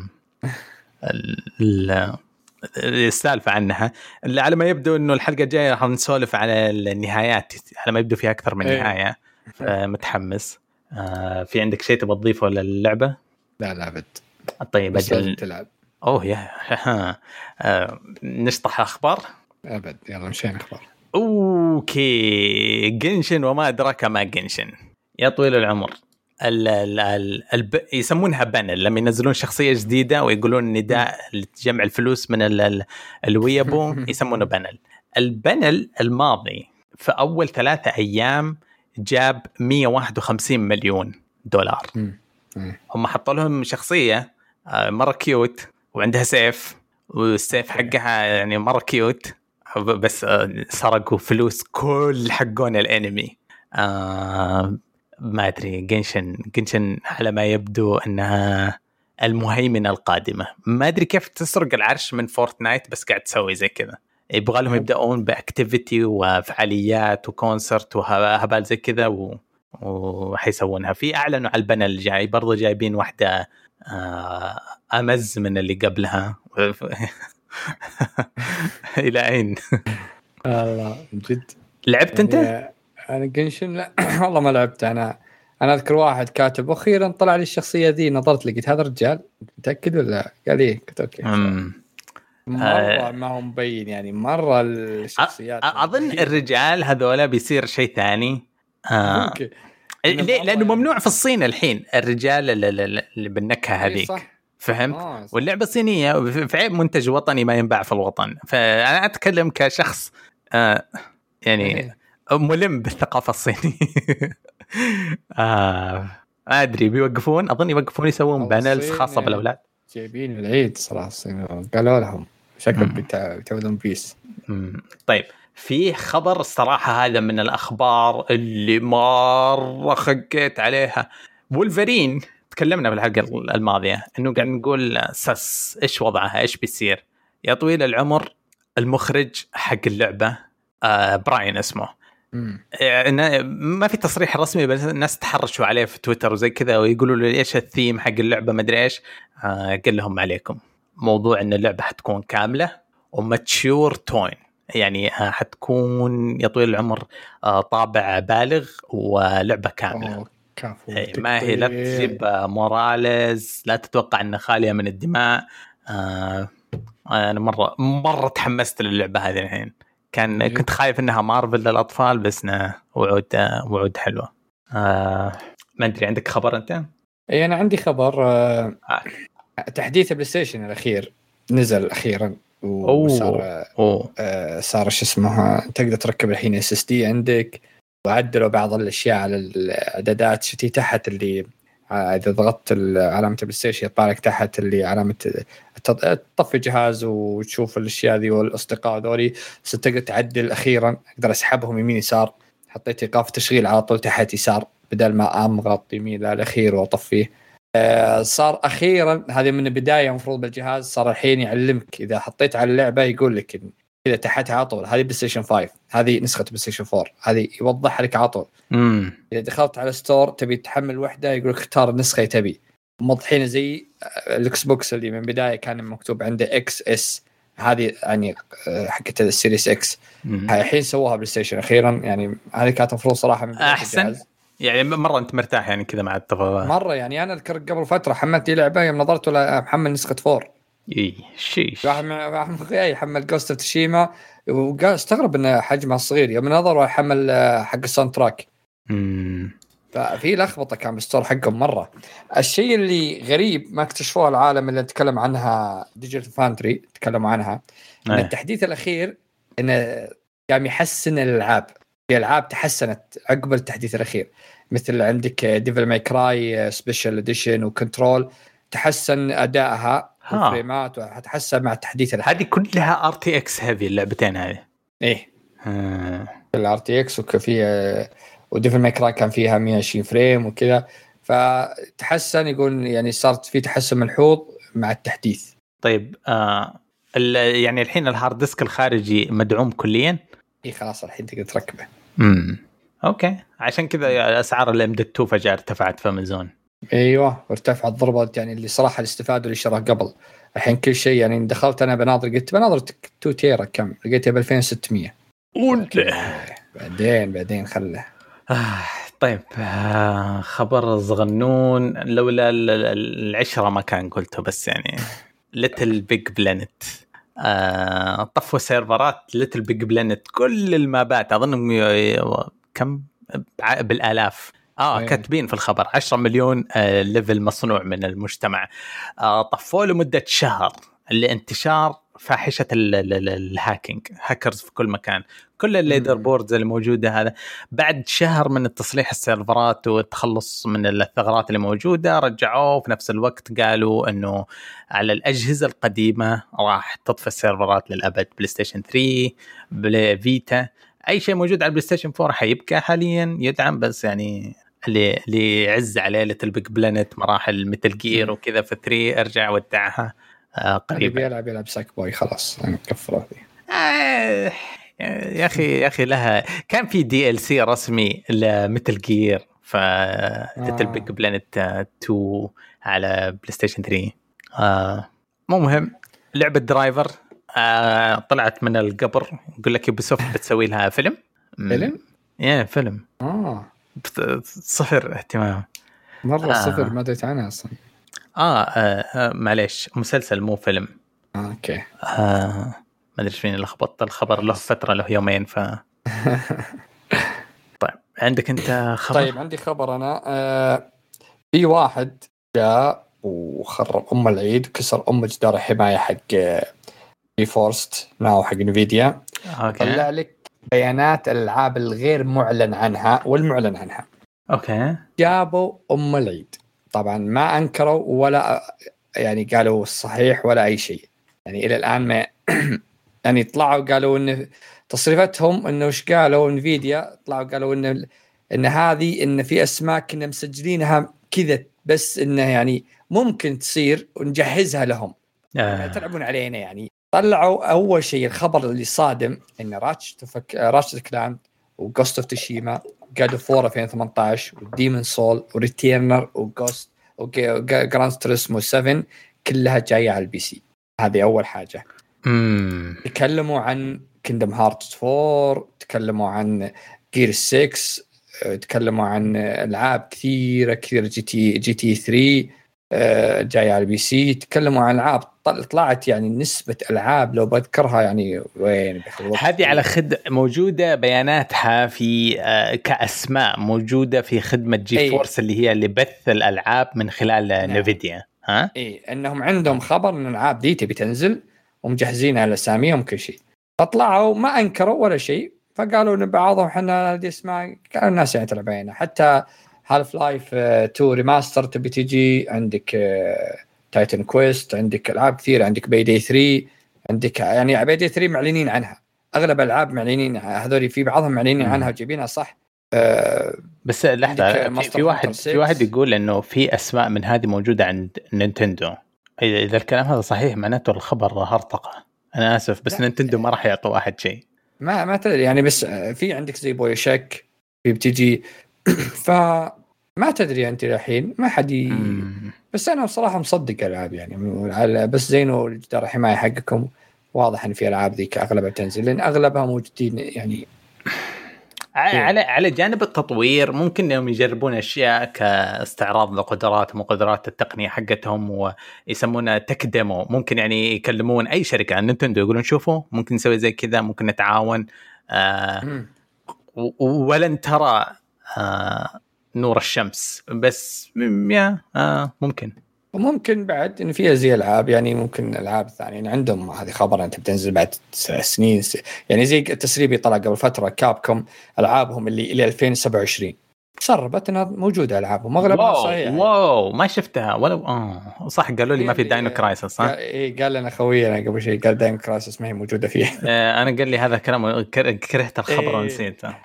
S1: ال ال السالفة عنها. اللي على ما يبدو إنه الحلقة الجاية راح نسولف على النهايات. على ما يبدو فيها أكثر من نهاية. متحمس. آه في عندك شيء تبغى تضيفه للعبة؟
S2: لا لا بد.
S1: طيب
S2: أجل تلعب.
S1: أوه يا آه نشطح أخبار.
S2: أبد يلا مشينا أخبار.
S1: أوكي جنشن وما أدراك ما جنشن. يا طويل العمر. ال ال ال الب... يسمونها بانل لما ينزلون شخصية جديدة ويقولون نداء لجمع الفلوس من ال ال الويبو يسمونه بانل. البانل الماضي في أول ثلاثة أيام جاب مية وواحد وخمسين مليون دولار. هم حطوا لهم شخصية مرة كيوت وعندها سيف والسيف حقها يعني مرة كيوت بس سرقوا فلوس كل حقون الانمي. آه ما أدري. جنشن جنشن على ما يبدو أنها المهيمنة القادمة. ما أدري كيف تسرق العرش من فورتنايت بس قاعد تسوي زي كذا. يبغى لهم يبدأون بأكتيفيتي وفعاليات وكونسرت وهبال زي كذا و... وحيسوونها. في أعلنوا على البنل الجاي برضو جايبين واحدة أمز من اللي قبلها. إلى أين؟
S2: الله جد
S1: لعبت أنت؟
S2: يعني أنا جنشن لا والله ما لعبت. أنا أنا أذكر واحد كاتب أخيرا طلع لي الشخصية ذي نظرت لقيت هذا الرجال متأكد ولا قال لي كنت أوكي مرة ما هو مبين يعني مرة الشخصيات.
S1: أظن الرجال هذولا بيصير شيء ثاني. آه. ليه؟ لأنه ممنوع في الصين الحين الرجال اللي بالنكهة هذيك فهمت. آه واللعبة الصينية في عيب منتج وطني ما ينباع في الوطن. فأنا أتكلم كشخص آه يعني ملم بالثقافة الصينية. آه ما أدري بيوقفون أظن يوقفون يسوون بانلز خاصة بالأولاد.
S2: جايبين العيد صراحة الصين قالوا لهم شكل بتعودون بيس.
S1: طيب في خبر الصراحة هذا من الأخبار اللي مرة خقيت عليها. وولفرين تكلمنا في الحلقة الماضية إنه قاعد نقول سس إيش وضعها إيش بيصير. يا طويل العمر المخرج حق اللعبة آه براين اسمه آه ما في تصريح رسمي بس الناس تحرشوا عليه في تويتر وزي كذا ويقولوا له إيش الثيم حق اللعبة ما أدري إيش. آه قال لهم عليكم موضوع إن اللعبة حتكون كاملة وماتشور تون يعني حتكون يا طويل العمر آه طابع بالغ ولعبة كاملة. ما هي لا تجيب موراليز لا تتوقع أنها خالية من الدماء. آه أنا مرة مرة تحمست للعبة هذه الحين. كان كنت خايف أنها مارفل للأطفال بس وعود وعود حلوة. آه ما ادري عندك خبر انت؟
S2: اي انا عندي خبر. آه
S1: آه.
S2: تحديث البلاي ستيشن الاخير نزل اخيرا وصار
S1: اوه اوه
S2: آه صار شو اسمه تقدر تركب الحين اس اس دي عندك، وعدلوا بعض الاشياء على الاعدادات شتي تحت اللي اذا ضغطت علامه البلاي ستيشن يطلع لك تحت اللي علامه تطفي جهاز وتشوف الاشياء ذي والاصدقاء ذولي. ستقدر تعدل اخيرا، اقدر اسحبهم يمين يسار، حطيت ايقاف تشغيل على طول تحت يسار بدل ما امغط يمين للاخير واطفيه. آه صار اخيرا هذه من البدايه المفروض بالجهاز، صار الحين يعلمك اذا حطيت على اللعبه يقول لك كذا تحتها على طول هذه بلاي ستيشن خمسة، هذه نسخه بلاي ستيشن فور، هذه يوضح لك على طول.
S1: امم
S2: اذا دخلت على ستور تبي تحمل وحده يقول لك اختار النسخه تبي، موضحين زي الاكس بوكس اللي من بدايه كان مكتوب عنده اكس اس، هذه يعني حقت السيريس اكس. الحين سووها بلاي ستيشن اخيرا، يعني هذه كانت المفروض صراحه من بدايه
S1: احسن
S2: الجهاز.
S1: يعني مره انت مرتاح يعني كذا مع التفاضل
S2: مره. يعني انا اذكر قبل فتره حملت لعبه يوم نظرت ولا محمل نسخه فور،
S1: اي شيش
S2: واحد مع اخوياي حمل جوست اوف تشيما وقال استغرب ان حجمها صغير، يوم نظر وحمل حق الساوند تراك.
S1: امم
S2: ففي لخبطه كان بالستور حقهم مره. الشيء اللي غريب ما اكتشفوه العالم اللي نتكلم عنها ديجيتال فاندري تكلموا عنها، ان التحديث الاخير انه قام يحسن الالعاب. في العاب تحسنت عقب التحديث الاخير، مثل عندك ديفل ماي كراي سبيشال اديشن وكنترول، تحسن ادائها والفريمات وتحسن مع التحديث الاخير.
S1: هذه كلها ار تي اكس هذه اللعبتين هذه.
S2: ايه الار تي اكس وكفيه، وديفل ماي كراي كان فيها مية وعشرين فريم وكذا، فتحسن يقول يعني صارت في تحسن ملحوظ مع التحديث.
S1: طيب آه يعني الحين الهارد ديسك الخارجي مدعوم كليا؟
S2: اي خلاص الحين تقدر تركبه.
S1: امم اوكي، عشان كذا اسعار الام دي تو فجاه ارتفعت في امازون.
S2: ايوه وارتفعت ضربه، يعني اللي صراحه الاستفادوا اللي شراه قبل الحين كل شيء. يعني دخلت انا بناظر قلت بناظر اثنين تيرا كم لقيتها ب ألفين وستمية. بعدين بعدين خله
S1: آه طيب آه خبر صغنون لولا العشرة ما كان قلته، بس يعني ليتل بيج بلانت آه طفوا سيرفرات ليتل بيج بلانت كل المابات، أظن كم بالآلاف اه أيه. كاتبين في الخبر عشرة مليون آه ليفل مصنوع من المجتمع، آه طفوا لمدة شهر لانتشار فاحشة الهاكينج، هاكرز في كل مكان، كل الليدر بوردز اللي موجودة هذا. بعد شهر من التصليح السيرفرات والتخلص من الثغرات اللي موجودة رجعوه في نفس الوقت، قالوا انه على الأجهزة القديمة راح تطفى السيرفرات للأبد، بلاي ستيشن ثري بلاي فيتا أي شيء موجود على البلاي ستيشن فور حيبقى حاليا يدعم، بس يعني اللي اللي يعز عليه ليتل بيج بلانت مراحل ميتل جير وكذا في ثري ارجع ودعها آه قريبا.
S2: يلعب يلعب ساك بوي خلاص يعني كفره فيه.
S1: آه يا اخي يا اخي لها كان في دي ال سي رسمي لميتل جير ف ليتل بيج بلانت تو على بلاي ستيشن ثري. آه مو مهم. لعبة درايفر آه طلعت من القبر، يقول لك يوبيسوفت بتسوي لها فيلم.
S2: فيلم؟
S1: ايه فيلم.
S2: اه
S1: صفر اهتمام
S2: مرة. آه. صفر ما دريت عنها اصلا.
S1: آه, آه معليش مسلسل مو فيلم.
S2: آه اوكي.
S1: آه ما ادري فين لخبطت الخبر، له فترة له يومين ف طيب عندك انت خبر؟
S2: طيب عندي خبر انا. آه في واحد جاء وخرب ام العيد وكسر ام جدار الحماية حق في فورست ناو حق نفيديا. طلع لك بيانات الالعاب الغير معلن عنها والمعلن عنها.
S1: اوكي.
S2: جابوا ام العيد طبعا ما انكروا ولا يعني قالوا الصحيح ولا اي شيء، يعني الى الان ما يعني طلعوا قالوا ان تصريفتهم انه ايش قالوا انفيديا، طلعوا قالوا ان ان هذه ان في اسماء كنا مسجلينها كذا بس انه يعني ممكن تصير ونجهزها لهم آه. تلعبون علينا. يعني طلعوا اول شيء الخبر اللي صادم ان راتش تفك راتش كلان وغوست اوف تشيما جاد فور ألفين وثمانية عشر وديمون سول وريتيرنر وغوست وجراند توريسمو سفن كلها جايه على البي سي. هذه اول حاجه.
S1: امم
S2: تكلموا عن كيندم هارتس فور، تكلموا عن جير سكس، تكلموا عن العاب كثيره كثيره جي تي جي تي ثري جايه على البي سي، تكلموا عن العاب طلعت يعني نسبة ألعاب لو بذكرها يعني وين
S1: هذه على خد موجودة بياناتها في آه كأسماء موجودة في خدمة جي
S2: أي.
S1: فورس اللي هي اللي بث الألعاب من خلال نعم. نفيديا ها
S2: إيه إنهم عندهم خبر إن الألعاب دي تبي تنزل ومجهزين على أساميهم كل شيء، فطلعوا ما أنكروا ولا شيء، فقالوا إن بعضهم إحنا دي اسمها كانوا الناس يعني تلعبينها. حتى هالف لايف تو ريماستر تبي تجي، عندك تايتن كويست، عندك ألعاب كثير، عندك بيدي ثري، عندك يعني بيدي ثري معلنين عنها، أغلب الألعاب معلنين هذول، في بعضهم معلنين عنها وجايبينها صح. أه
S1: بس لحظة في, في واحد في واحد يقول إنه في أسماء من هذه موجودة عند نينتندو. إذا الكلام هذا صحيح معناته الخبر هرطقة. أنا آسف بس نينتندو ما راح يعطوا واحد شيء.
S2: ما ما تدري يعني، بس في عندك زي بوي شك في بتجي فما تدري أنت الحين ما حد ي... بس أنا بصراحة مصدق ألعاب يعني، بس زينو جدار الحماية حقكم واضح إن في ألعاب ذيك أغلبها تنزل لأن أغلبها موجودين يعني.
S1: على على جانب التطوير ممكن انهم يجربون اشياء كاستعراض لقدراتهم وقدرات التقنيه حقتهم ويسمونها تك ديمو. ممكن يعني يكلمون اي شركه نينتندو يقولون شوفوا ممكن نسوي زي كذا، ممكن نتعاون آه ولن ترى آه نور الشمس بس يا آه ممكن
S2: وممكن بعد إن فيها زي ألعاب يعني، ممكن ألعاب ثانية يعني عندهم هذه خبر أنت بتنزل بعد سنين يعني، زي التسريب طلع قبل فترة كابكوم ألعابهم اللي إلى ألفين وسبعة وعشرين سربت إنها موجودة ألعابهم أغلبها صحيح.
S1: واو ما شفتها ولا آه صح قالوا لي ما في داينو كرايسس صح؟
S2: إيه قال لنا خوينا قبل شيء قال داينو كرايسس ما هي موجودة فيه.
S1: آه أنا قال لي هذا كلام كرهت الخبر إيه ونسيته.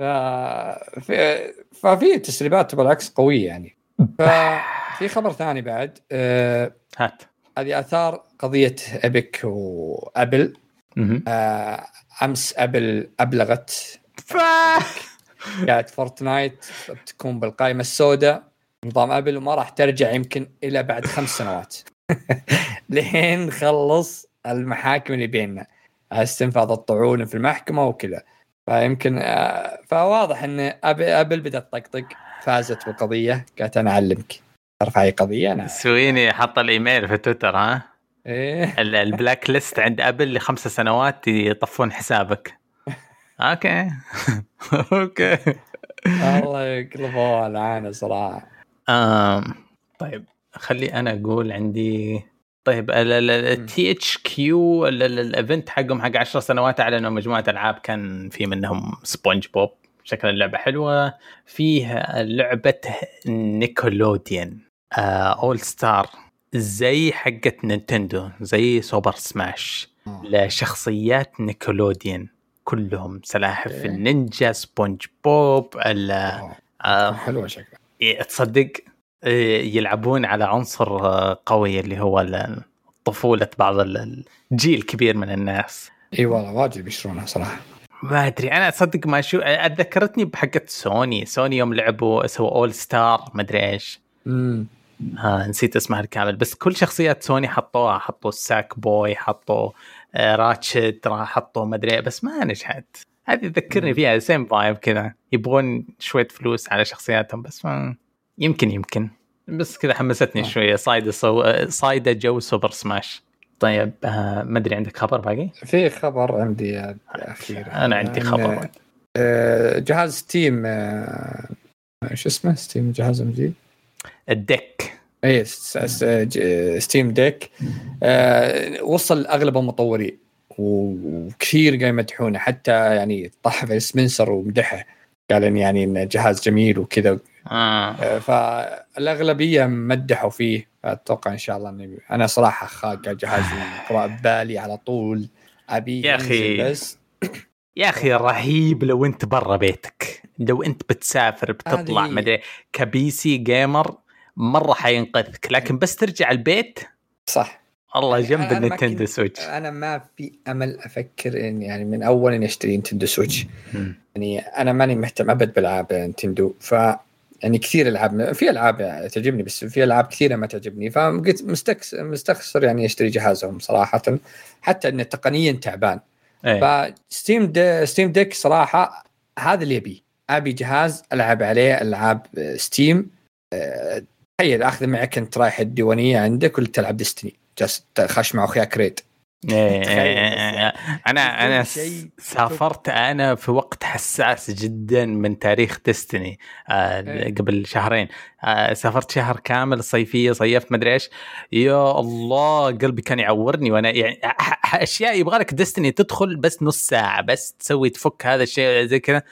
S2: ففي تسريبات بالعكس قوية يعني. ففي خبر ثاني بعد آه
S1: هات
S2: هذه آثار قضية أبيك وأبل. آه أمس أبل أبلغت قالت فورتنايت بتكون بالقائمة السوداء نظام أبل وما راح ترجع يمكن إلى بعد خمس سنوات لين نخلص المحاكم اللي بيننا، استنفاذ الطعون في المحكمة وكذا. فيمكن آه فواضح أن أبل بدأت تطقطق، فازت بالقضية، قالت أنا أعلمك ترفع أي قضية. أنا
S1: سويني حط الإيميل في تويتر ها
S2: إيه؟
S1: البلاك ليست عند أبل لخمس سنوات يطفون حسابك. أوكي أوكي
S2: الله يقلبوها العانة صراحة.
S1: آم طيب خلي أنا أقول عندي. طيب ال تي اتش كيو الإيفنت حقهم حق عشر سنوات أعلنوا مجموعة ألعاب كان في منهم سبونج بوب، شكل اللعبة حلوة. فيها لعبة نيكولوديان أول ستار زي حقة نينتندو زي سوبر سماش لشخصيات نيكولوديان كلهم سلاحف النينجا سبونج بوب.
S2: آه حلوة شكلها.
S1: تصدق يلعبون على عنصر قوي اللي هو طفولة بعض الجيل كبير من الناس.
S2: اي والله واجد بيشترونها صراحة.
S1: ما ادري انا اصدق ما شو اتذكرتني بحقة سوني سوني يوم لعبوا سووا اول ستار ما ادري ايش
S2: امم
S1: ها نسيت اسمها الكامل، بس كل شخصيات سوني حطوها، حطوا الساك بوي، حطوا آه راتشت، حطوا ما ادري بس ما نجحت. هذه تذكرني فيها سيم فايب كذا، يبغون شوية فلوس على شخصياتهم بس ما يمكن يمكن بس كذا حمستني آه. شوية صايدة صو... صايدة جو سوبر سماش. طيب آه ما ادري عندك خبر باقي؟
S2: في خبر عندي اخير.
S1: انا عندي خبر
S2: آه جهاز ستيم آه ايش اسمه ستيم جهاز جديد
S1: الديك
S2: اي ستيم ديك آه وصل اغلب المطورين وكثير قاعد يمدحونه، حتى يعني طاح في سبنسر ومدحه قال ان يعني ان جهاز جميل وكذا.
S1: آه.
S2: فالاغلبيه مدحوا فيه، اتوقع ان شاء الله اني انا صراحه خاق جهاز قراء بالي على طول ابي
S1: يا اخي
S2: بس
S1: يا اخي رهيب. لو انت برا بيتك، لو انت بتسافر بتطلع مدري كبيسي جيمر مره حينقذك، لكن بس ترجع البيت
S2: صح
S1: الله جنب النينتندو سويتش.
S2: انا ما في امل افكر ان يعني من اول اني اشتري نينتندو سويتش. يعني انا ماني مهتم ابد بالعاب نينتندو، ف يعني كثير العاب في العاب تعجبني بس في العاب كثيره ما تعجبني، فقلت مستكس مستخسر يعني اشتري جهازهم صراحه، حتى ان تقنيا تعبان.
S1: أيه.
S2: فستيم دي ستيم ديك صراحه هذا اللي ابي ابي جهاز العب عليه العاب ستيم. تخيل اخذ معك انت رايح الديوانيه عندك ولا تلعب ديستني جالس خش مع اخويا كريد.
S1: انا انا سافرت انا في وقت حساس جدا من تاريخ ديستني آه قبل شهرين آه سافرت شهر كامل صيفيه صيفت مدري ايش يا الله قلبي كان يعورني وانا يعني اشياء يبغى لك ديستني تدخل بس نص ساعه بس تسوي تفك هذا الشيء زي كذا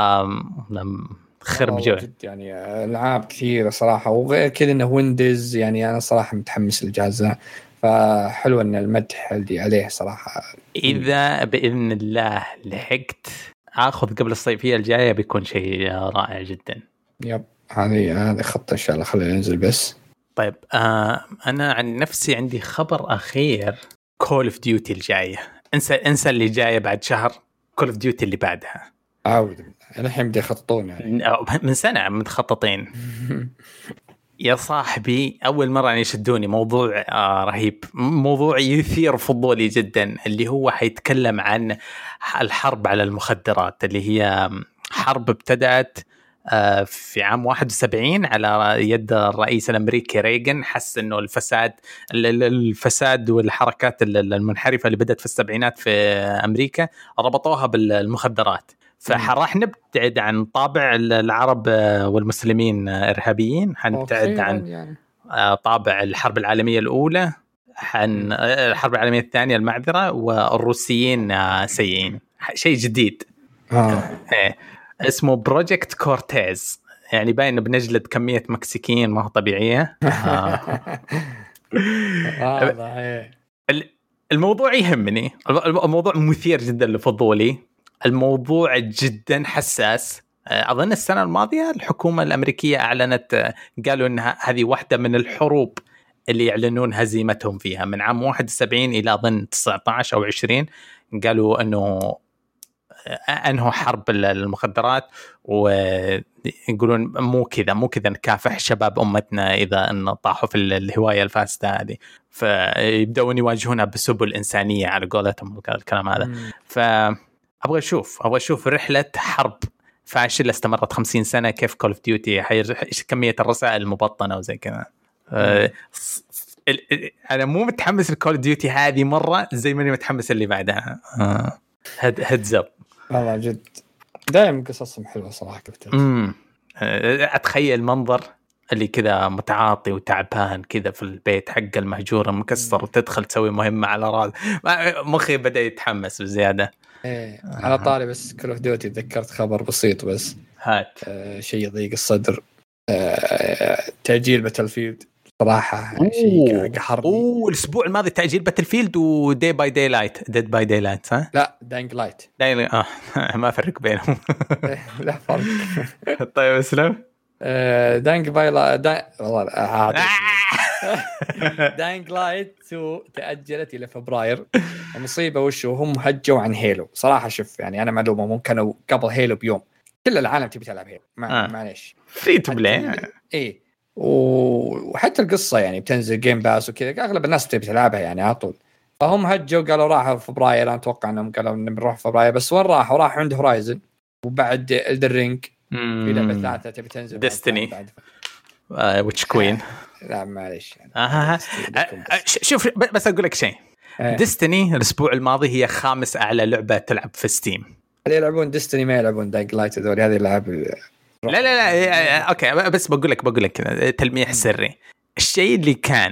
S1: خرب جو
S2: يعني العاب كثيره صراحه وغير كذا انه ويندوز يعني انا صراحه متحمس للجهاز فحلو ان المدح اللي عليه صراحه.
S1: اذا باذن الله لحقت اخذ قبل الصيفيه الجايه بيكون شيء رائع جدا.
S2: يب هذه هذه خطه ان شاء الله خلينا ننزل بس.
S1: طيب آه انا عن نفسي عندي خبر اخير كول اوف ديوتي الجايه انسى انسى اللي جايه بعد شهر كول اوف ديوتي اللي بعدها
S2: عاود الحين بدي يخططون يعني
S1: من سنه متخططين يا صاحبي أول مرة يشدوني موضوع آه رهيب موضوع يثير فضولي جدا اللي هو حيتكلم عن الحرب على المخدرات اللي هي حرب ابتدأت آه في عام واحد وسبعين على يد الرئيس الأمريكي ريغن. حس إنه الفساد الفساد والحركات المنحرفة اللي بدأت في السبعينات في أمريكا ربطوها بالمخدرات فراح نبتعد عن طابع العرب والمسلمين إرهابيين حنبتعد عن يعني. طابع الحرب العالمية الأولى عن الحرب العالمية الثانية المعذرة والروسيين سيئين شيء جديد
S2: آه.
S1: اسمه بروجكت كورتيز يعني باين بنجلد كمية مكسيكيين ما هو طبيعية
S2: آه.
S1: الموضوع يهمني الموضوع مثير جدا لفضولي الموضوع جدا حساس. أظن السنة الماضية الحكومة الأمريكية أعلنت قالوا أنها هذه واحدة من الحروب اللي يعلنون هزيمتهم فيها من عام واحد وسبعين إلى أظن تسعة عشر أو عشرين قالوا أنه أنه حرب المخدرات ويقولون مو كذا مو كذا نكافح شباب أمتنا إذا أن طاحوا في الهواية الفاسدة هذه فيبدأون يواجهونها بسبل إنسانية على قولتهم الكلام هذا. ف أبغى أشوف أبغى أشوف رحلة حرب فاشلة استمرت خمسين سنة كيف كول اوف ديوتي إيش كمية الرسائل المبطنة وزي كذا. أه أنا مو متحمس لكول اوف ديوتي هذه مرة زي ما أنا متحمس اللي بعدها. أه هد هدزب
S2: والله جد دائما قصصهم حلوة صراحة كفتها.
S1: أمم أتخيل منظر اللي كذا متعاطي وتعبان كذا في البيت حق المهجور مكسر وتدخل تسوي مهمة على راس مخي بدأ يتحمس بزيادة.
S2: ايه على طاري بس كول اوف ديوتي تذكرت خبر بسيط بس
S1: هات
S2: آه شيء يضيق الصدر آه تأجيل باتلفيلد صراحة شيء قهرني.
S1: اوه الاسبوع الماضي تأجيل باتلفيلد وداي باي داي لايت ديد باي داي لايت ها
S2: لا داينج لايت
S1: داينج اه ما فرق بينهم
S2: لا فرق.
S1: طيب اسلم
S2: آه داينج باي لايت دا... والله عادي داينج لايت تو تأجلت إلى فبراير. المصيبة وشو هم هجوا عن هيلو صراحة. شوف يعني أنا معلومة ممكن كانوا قبل هيلو بيوم كل العالم تبي تلعب هيلو ما...
S1: آه.
S2: معليش
S1: فري تو بلاي
S2: إيه وحتى القصة يعني بتنزل جيم باس وكذا أغلب الناس تبي تلعبها يعني على طول. فهم هجوا قالوا راحوا في فبراير. أنا أتوقع أنهم قالوا إن بنروح في فبراير بس وين راحوا راحوا عند هورايزن وبعد إلدر رينج في لعبة ثلاثة تبي تنزل
S1: ديستني ويتش كوين.
S2: لا معليش يعني.
S1: آه. شوف بس أقول لك شيء
S2: آه.
S1: ديستني الأسبوع الماضي هي خامس أعلى لعبة تلعب في ستيم.
S2: اللي يلعبون ديستني ما يلعبون داينج لايت هذول هذه اللعب.
S1: لا لا لا أوكي بس بقول لك بقول لك تلميح سري. الشيء اللي كان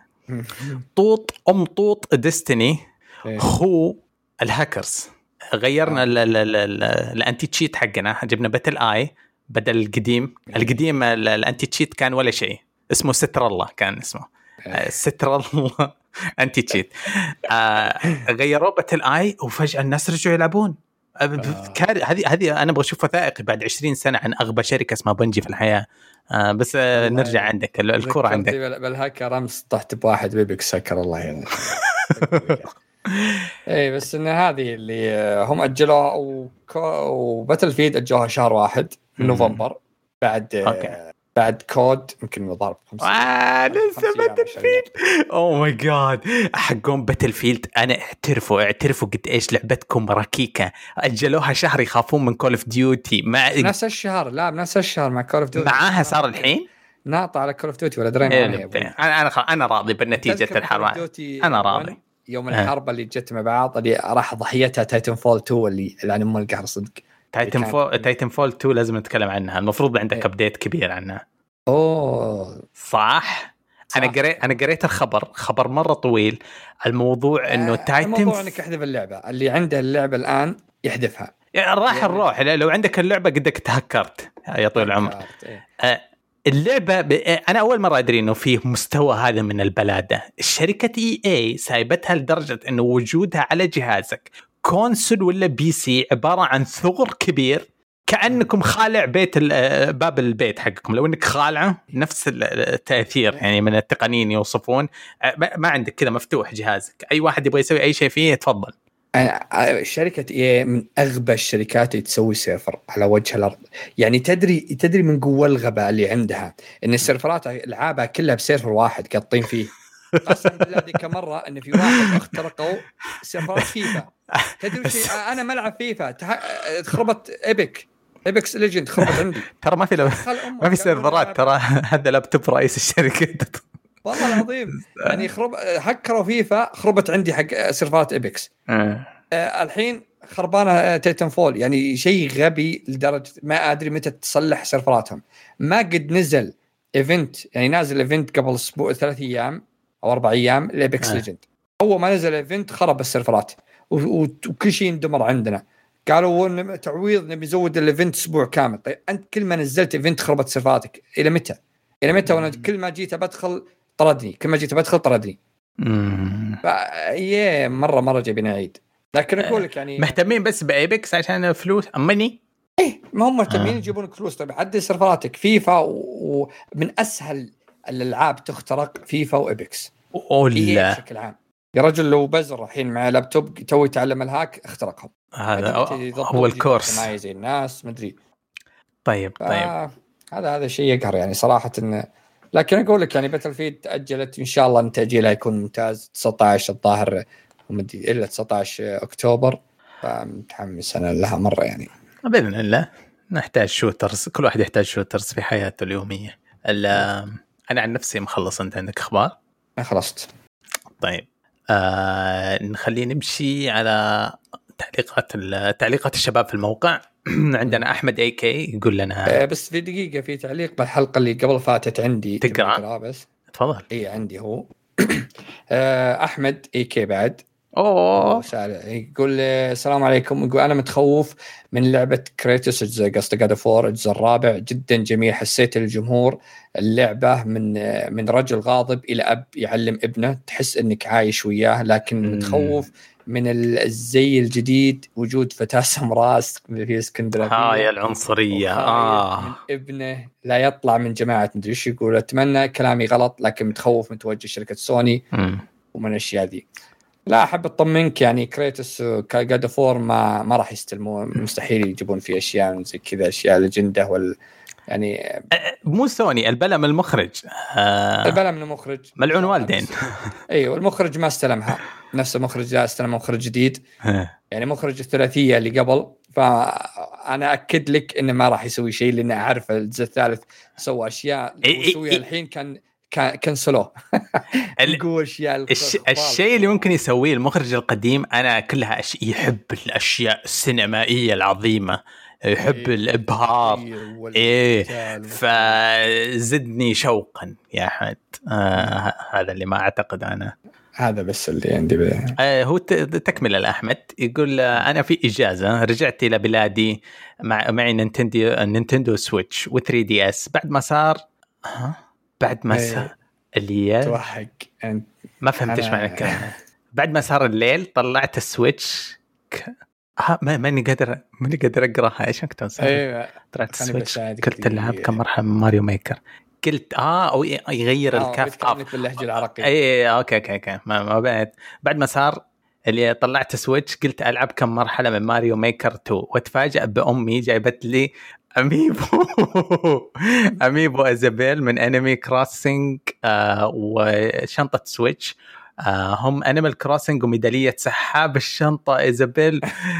S1: طوط أم طوط ديستني هو الهاكرز. غيرنا الأنتي تشيت حقنا جبنا باتل آي بدل القديم. القديم الأنتي تشيت كان ولا شيء اسمه ستر الله كان اسمه ستر الله أنتي تشيت. آه غيروا باتل آي وفجأة الناس رجعوا يلعبون. هذه هذه أنا أبغى أشوف وثائقي بعد عشرين سنة عن أغبى شركة اسمها بنجي في الحياة. آه بس آه نرجع عندك الكرة عندك
S2: بالهاكر أمس طحت بواحد بيبك سكر الله يعني. اي بس ان هذه اللي هم اجلوها وباتل فيد اجلوها شهر واحد من نوفمبر بعد
S1: أوكي.
S2: بعد كود يمكن ضرب
S1: خمسين. آه لسه باتل فيلد. اوه ماي جاد حقهم باتل فيلد. انا اعترفوا اعترفوا قد ايش لعبتكم ركيكه. اجلوها شهر يخافون من كول اوف ديوتي مع
S2: نفس الشهر. لا بنفس الشهر مع كول اوف ديوتي
S1: معاها صار الحين
S2: ناطع على كول اوف ديوتي ولا درينا
S1: إيه
S2: عنها.
S1: انا انا خ... انا راضي بالنتيجه الحرب. انا راضي.
S2: يوم الحرب اللي جت مع بعض اللي راح ضحيتها تايتن فول تو اللي يعني ام القهر صدق.
S1: تايتن فول تايتن فول تو لازم نتكلم عنها، المفروض عندك
S2: إيه.
S1: ابديت كبير عنها.
S2: اوه
S1: صح, صح. انا قريت انا قريت الخبر، خبر مره طويل. الموضوع انه
S2: آه
S1: تايتن
S2: الموضوع انك احذف اللعبه اللي عنده اللعبه الان يحذفها
S1: يعني راح يعني الروح. لو عندك اللعبه قدك تهكرت يا طويل العمر.
S2: إيه.
S1: آه اللعبه ب... انا اول مره ادري انه فيه مستوى هذا من البلاده. الشركه اي اي سايبتها لدرجه انه وجودها على جهازك كونسول ولا بي سي عباره عن ثغر كبير، كأنكم خالع بيت باب البيت حقكم. لو انك خالعه نفس التأثير يعني من التقنيين يوصفون. ما عندك كذا مفتوح جهازك، اي واحد يبغى يسوي اي شيء فيه يتفضل.
S2: شركة إيه من أغبى الشركات اللي تسوي سيرفر على وجه الأرض. يعني تدري تدري من قوة الغباء اللي عندها إن السيرفرات ألعابها كلها بسيرفر واحد قاطين فيه. قسما بالله ذيك مرة إن في واحد اخترقوا سيرفرات فيفا. تدري شيء أنا ملعب فيفا تح... خربت إيبك إيبكس ليجند خربت عندي.
S1: ترى ما في لو... ما في سيرفرات ترى هذا لابتوب رئيس الشركة
S2: والله العظيم يعني خرب هكروا فيفا خربت عندي حق سيرفرات إيبكس.
S1: آه
S2: الحين خربانه تايتن فول يعني شيء غبي لدرجه ما ادري متى تصلح سيرفراتهم. ما قد نزل ايفنت يعني نازل ايفنت قبل اسبوع ثلاث ايام او اربع ايام لابيكس ليجند. اول ما نزل ايفنت خرب السيرفرات وكل شيء اندمر عندنا. قالوا تعويض نبي نزود الايفنت اسبوع كامل. طيب انت كل ما نزلت ايفنت خربت سيرفراتك الى متى؟ الى متى وانا كل ما جيت بدخل طردني كل ما جيت بدخل طردني. فايه مره مره جايبين عيد. لكن اقول لك يعني
S1: مهتمين بس بايبكس عشان فلوس امني.
S2: ايه ما هم مهتمين آه. يجيبون فلوس. طيب عدل سيرفراتك فيفا ومن اسهل الالعاب تخترق فيفا وايبكس
S1: إيه
S2: بشكل عام. يا رجل لو بزر الحين مع لابتوب تو يتعلم الهاك اخترقهم.
S1: هذا هو الكورس
S2: ما زي الناس ما ادري.
S1: طيب طيب
S2: هذا هذا شيء يقهر يعني صراحه إن... لكن اقول لك يعني باتلفيلد تاجلت ان شاء الله ان تاجيلها يكون ممتاز. تسعة عشر الظاهر ومدي إلا تسعة عشر أكتوبر. فمتحمس أنا لها مرة يعني
S1: بإذن الله. نحتاج شوترز، كل واحد يحتاج شوترز في حياته اليومية. أنا عن نفسي مخلص. أنت عندك أخبار؟
S2: أنا خلصت.
S1: طيب آه نخليه نمشي على تعليقات تعليقات الشباب في الموقع. عندنا أحمد اي كي يقول لنا
S2: آه بس في دقيقة في تعليق بالحلقة اللي قبل فاتت عندي
S1: تقرأ
S2: بس
S1: تفضل.
S2: إيه عندي هو آه أحمد اي كي بعد
S1: اوه
S2: يقول السلام عليكم. يقول انا متخوف من لعبه كريتوس قصد جاد اوف وور الجزء الرابع جدا جميل. حسيت الجمهور اللعبه من من رجل غاضب الى اب يعلم ابنه تحس انك عايش وياه. لكن متخوف من الزي الجديد وجود فتاه سمراء في اسكندريه
S1: هاي العنصريه اه
S2: من ابنه لا يطلع من جماعه مدري ايش. يقول اتمنى كلامي غلط لكن متخوف من توجه شركه سوني
S1: مم.
S2: ومن الاشياء ذي. لا أحب أطمنك يعني كريتوس كجاد فور ما ما راح يستلمون. مستحيل يجيبون فيه أشياء زي كذا أشياء لجنده وال يعني
S1: مو سوني البلا من المخرج. آه
S2: البلا من المخرج
S1: ملعون والدين.
S2: أيوة المخرج ما استلمها نفس المخرج لا استلم مخرج جديد يعني مخرج الثلاثية اللي قبل. فأنا أكد لك إنه ما راح يسوي شيء لأن أعرف الجزء الثالث سوى أشياء وسويها الحين كان كنسلوه.
S1: الش... الشيء اللي ممكن يسويه المخرج القديم أنا كلها أش... يحب الأشياء السينمائية العظيمة يحب إيه الإبهار إيه فزدني شوقا يا أحمد. آه هذا اللي ما أعتقد أنا.
S2: هذا بس اللي عندي به.
S1: آه هو تكمل الأحمد يقول آه أنا في إجازة رجعت إلى بلادي مع معي نينتندو نينتندو سويتش و ثري دي إس بعد ما صار ها بعد ما صار اللي
S2: توحق
S1: ما فهمت ايش معنى الكلام. بعد ما صار الليل طلعت السويتش ك... ها ما ماني قادر ماني قادر اقراها ايش مكتوب.
S2: ايوه
S1: طلعت السويتش قلت العب كم مرحله من ماريو ميكر قلت اه او يغير
S2: آه
S1: الكاف
S2: اب باللهجه العراقيه.
S1: اي اوكي اوكي اوكي ما, ما بعد بعد ما صار اللي طلعت سويتش قلت العب كم مرحله من ماريو ميكر تو واتفاجئ بامي جايبت لي أميبو أميبو إيزابيل من أنيمي كروسنج آه وشنطة سويتش آه هم أنيمال كروسنج وميدالية سحاب الشنطة إيزابيل.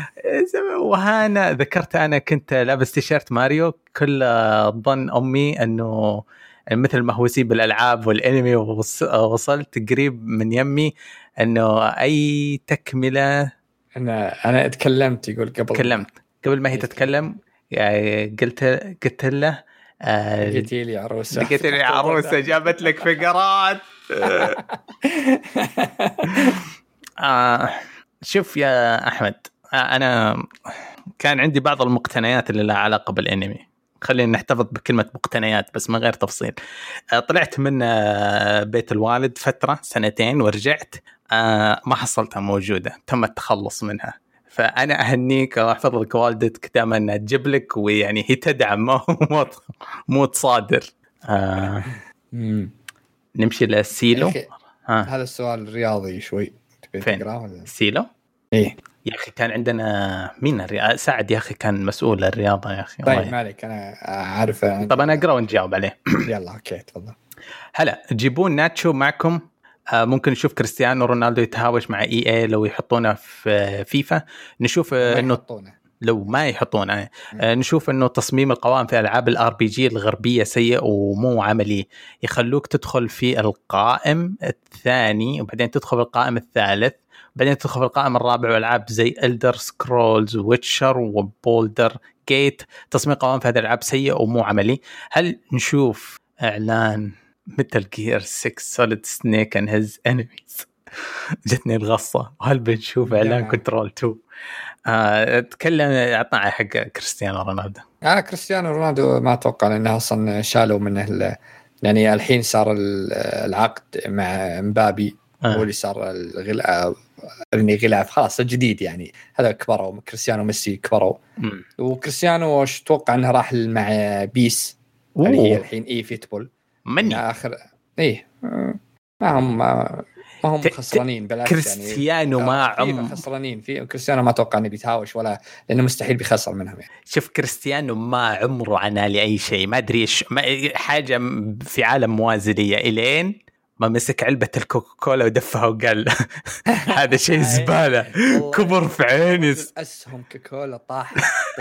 S1: وهنا ذكرت أنا كنت لابس تيشيرت ماريو كل ظن أمي أنه مثل مهووسين بالالعاب والانمي، ووصلت قريب من يمي انه اي تكمله.
S2: انا انا اتكلمت يقول قبل
S1: تكلمت قبل ما هي تتكلم، يعني قلت قلت له آه
S2: لقيتي لي عروسه
S1: لقيت لي عروسه جابت لك فقرات. آه شوف يا احمد، آه انا كان عندي بعض المقتنيات اللي لها علاقه بالانمي، خلينا نحتفظ بكلمه مقتنيات بس من غير تفصيل. آه طلعت من آه بيت الوالد فتره سنتين ورجعت، آه ما حصلتها موجوده، تم التخلص منها. فانا اهنيك واحفظ لك والدتك دائما انها تجيب لك، ويعني هي تدعم ما هو مو تصادر. آه نمشي للسيلو.
S2: ها. هذا السؤال رياضي شوي، تبي تقراه ولا
S1: سيلو؟
S2: ايه
S1: يا اخي كان عندنا مين الرياضة؟ سعد يا اخي كان مسؤول الرياضه يا اخي.
S2: طيب مالك انا عارفه.
S1: طب انا اقرا ونجاوب عليه.
S2: يلا اوكي تفضل.
S1: هلا تجيبون ناتشو معكم؟ آه ممكن نشوف كريستيانو رونالدو يتهاوش مع اي اي لو يحطونه في فيفا. نشوف انه لو ما يحطونه آه نشوف انه تصميم القوائم في العاب الار بي جي الغربيه سيء ومو عملي، يخلوك تدخل في القائم الثاني وبعدين تدخل القائم الثالث بعدين تدخل القائمة الرابع، والألعاب زي إلدر سكرولز ويتشر وبولدر جيت. تصميم قوائم في هذه الألعاب سيء ومو عملي. هل نشوف إعلان مثل جير ستة سوليد سنيك and his enemies؟ جتني الغصة. وهل بنشوف إعلان كنترول تو؟ آه، تكلم أعطنا حق كريستيانو رونالدو.
S2: آه كريستيانو رونالدو ما أتوقع لأنه أصلا شالوا منه، يعني الحين صار العقد مع مبابي آه. هو اللي صار الغلاء اللي غلاف خلاص الجديد، يعني هذا كبروا كريستيانو وميسي كبروا. مم. وكريستيانو وش توقع انه راح مع بيس اللي يعني هي الحين اي فيتبول
S1: من
S2: اخر ايه ما هم ما هم ت... خسرانين بالعكس.
S1: كريستيانو يعني ما عم
S2: خسرانين في كريستيانو ما اتوقع انه بيتهاوش ولا لانه مستحيل بيخسر منهم يعني.
S1: شوف كريستيانو ما عمره عنا لاي شيء، ما ادري ايش حاجه في عالم موازي الين ما مسك علبة الكوكاكولا ودفها وقال هذا شيء زبالة. كبر في عيني
S2: أسهم كوكاكولا طاحت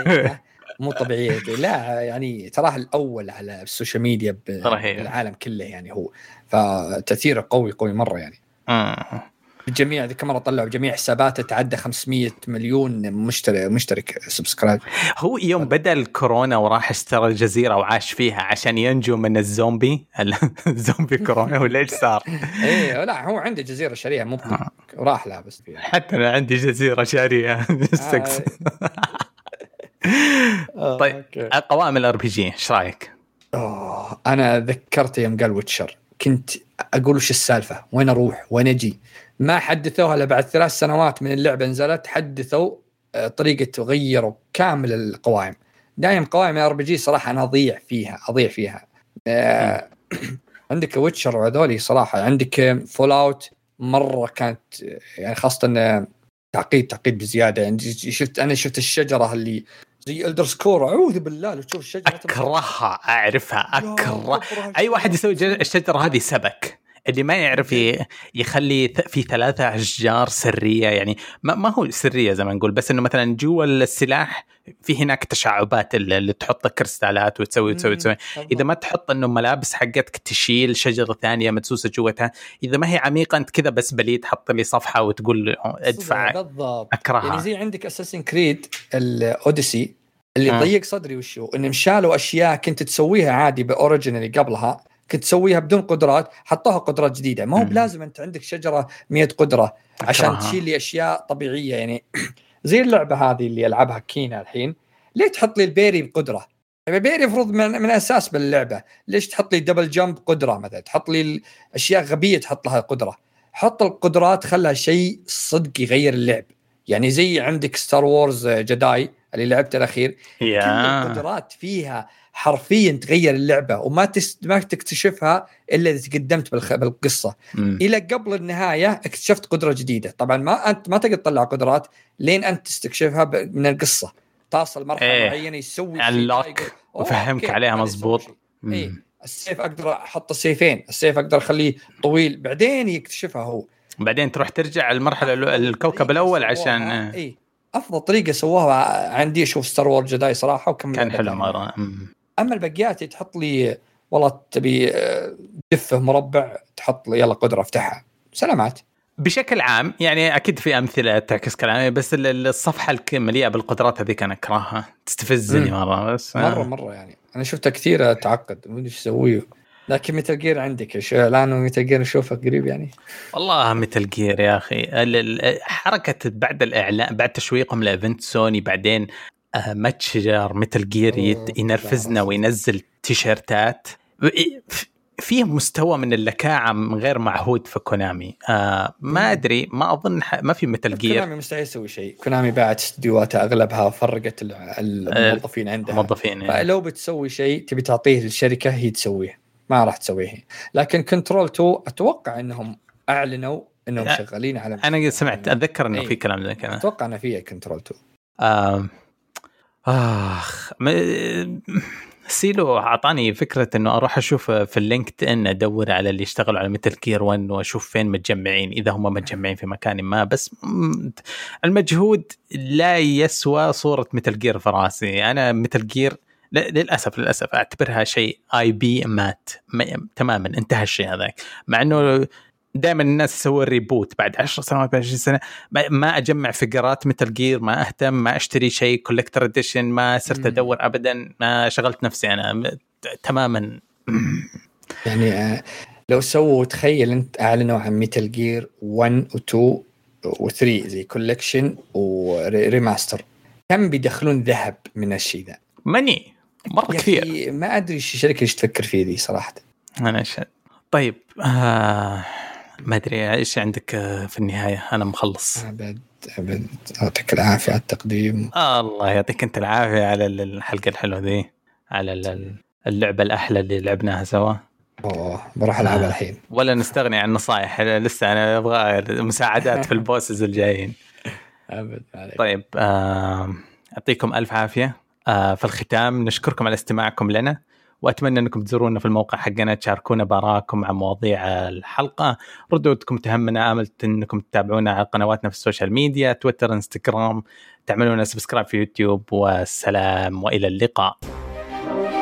S2: مو طبيعية. لا يعني تراه الأول على السوشيال ميديا بالعالم كله يعني، هو فتأثيره قوي قوي مرة يعني.
S1: آه.
S2: الجميع ذيك مرة طلعوا بجميع حساباته تعدى خمسمية مليون مشترك مشترك سبسكرايب.
S1: هو يوم بدأ الكورونا وراح اشترى الجزيرة وعاش فيها عشان ينجو من الزومبي الزومبي كورونا ولا ايش صار؟
S2: ايه لا هو عنده جزيرة شاريها مو وراح لها بس فيها.
S1: حتى انا عندي جزيرة شاريها. طيب قوائم الار بي جي ايش رايك؟
S2: اوه انا ذكرت يوم قال ويتشر كنت اقول وش السالفة وين اروح وين اجي، ما حدثوها الا بعد ثلاث سنوات من اللعبه نزلت حدثوا طريقه غيروا كامل القوائم. دايم قوائم ار بي جي صراحه انا اضيع فيها اضيع فيها آه عندك ويتشر وهذولي صراحه، عندك فول اوت مره كانت يعني خاصه تعقيد تعقيد بزياده يعني. شفت انا شفت الشجره اللي زي إلدر سكور اعوذ بالله لو تشوف الشجره
S1: اكرهها اعرفها اكره اي واحد يسوي الشجره هذه سبك. اللي ما يعرف يخلي في ثلاثة أشجار سرية، يعني ما ما هو سرية زي ما نقول، بس إنه مثلا جوا السلاح في هناك تشعبات اللي تحط كريستالات وتسوي وتسوي تسوي. إذا ما تحط إنه ملابس حقتك تشيل شجرة ثانية مدسوسة جوتها، إذا ما هي عميقة أنت كذا بس بليد حط لي صفحة وتقول ادفع.
S2: بالضبط.
S1: أكرهها.
S2: يعني زي عندك أساسين كريد الأوديسي اللي آه. ضيق صدري وشو إنهم شالوا أشياء كنت تسويها عادي بأوريجين اللي قبلها كنت تسويها بدون قدرات، حطوها قدرات جديدة. ما هو بلازم أنت عندك شجرة مية قدرة عشان أكرهها. تشيل لي أشياء طبيعية يعني. زي اللعبة هذه اللي ألعبها كينا الحين، ليه تحط لي البيري بقدرة؟ البيري يفرض من, من أساس باللعبة. ليش تحط لي دبل جمب قدرة مثلا؟ تحط لي أشياء غبية تحط لها قدرة. حط القدرات خلها شيء صدق يغير اللعب. يعني زي عندك ستار وورز جداي اللي لعبته الأخير
S1: yeah.
S2: كل القدرات فيها حرفيا تغير اللعبة وما تس... ما تكتشفها إلا إذا تقدمت بالخ... بالقصة م. إلى قبل النهاية اكتشفت قدرة جديدة. طبعا ما أنت ما تقدر تطلع قدرات لين أنت تستكشفها ب... من القصة تصل مرحلة
S1: إيه.
S2: معينة يسوي
S1: اللوك وفهمك عليها مزبوط.
S2: إيه السيف أقدر أحط السيفين، السيف أقدر أخليه طويل بعدين يكتشفها هو.
S1: بعدين تروح ترجع المرحلة الكوكب الأول عشان
S2: إيه أفضل طريقة سووها عندي أشوف ستار وورز جداي صراحة وكم
S1: كان حلو مرة.
S2: أما البقيات تحط لي والله تبي دفه مربع تحط يلا قدرة افتحها سلامات.
S1: بشكل عام يعني أكيد في أمثلة تعكس كلامي، بس الصفحة المليئة بالقدرات هذه كان أكرهها تستفزني مرة بس
S2: مرة مرة يعني أنا شفتها كثير تعقد ما أدري إيش أسويه. لكن ميتال جير عندك إيش الآن ميتال جير نشوفه قريب يعني.
S1: والله ميتال جير يا أخي حركة بعد الإعلان بعد تشويقهم لإيفنت سوني بعدين متشجر ميتال جير ينرفزنا وينزل تيشيرتات فيه مستوى من اللكاعة غير معهود في كونامي. آه ما أدري ما أظن ما في ميتال جير.
S2: كونامي مستحيل يسوي شيء. كونامي باعت استديوهاتها أغلبها فرقت الموظفين عندها.
S1: موظفين يعني.
S2: فلو بتسوي شيء تبي تعطيه للشركة هي تسويه ما راح تسويه. لكن كنترول تو أتوقع أنهم أعلنوا أنهم شغالين على.
S1: أنا سمعت أتذكر أنه في كلام ذا كذا.
S2: أتوقع أنه فيه كنترول تو.
S1: آه آخ سيلو أعطاني فكرة إنه أروح أشوف في اللينكد إن أدور على اللي يشتغلوا على ميتال جير واحد وأشوف فين متجمعين إذا هم متجمعين في مكان ما، بس المجهود لا يسوى صورة ميتال جير في راسي. أنا ميتال جير للأسف للأسف أعتبرها شيء آي بي مات تماما انتهى الشيء هذاك، مع إنه دائما الناس يسوون ريبوت بعد عشر سنوات بعد عشرين سنة ما أجمع فقرات ميتال جير، ما أهتم، ما أشتري شيء كولكتر إديشن، ما صرت أدور أبدا، ما شغلت نفسي أنا تماما.
S2: يعني لو سووا تخيل أنت أعلنوا عن ميتال جير واحد و اثنين و ثلاثة زي كولكشن وريماستر كم بيدخلون ذهب من الشيء ذا؟
S1: ماني مرة كثير.
S2: ما أدري إيش الشركة إيش تفكر فيه دي صراحة.
S1: أنا شد. طيب آه ما أدري إيش عندك في النهاية. أنا مخلص.
S2: أبد أبد يعطيك العافية على التقديم.
S1: آه الله يعطيك أنت العافية على الحلقة الحلوة دي، على اللعبة الأحلى اللي لعبناها سوا.
S2: أوه بروح ألعبها آه. الحين.
S1: ولا نستغني عن نصائح لسه أنا أبغى مساعدات في البوسز الجايين.
S2: أبد عليك.
S1: طيب آه أعطيكم ألف عافية. آه في الختام نشكركم على استماعكم لنا، وأتمنى أنكم تزورونا في الموقع حقنا، تشاركونا بآرائكم عن مواضيع الحلقة، ردودكم تهمنا. آملت أنكم تتابعونا على قنواتنا في السوشيال ميديا تويتر انستغرام، تعملونا سبسكرايب في يوتيوب، والسلام وإلى اللقاء.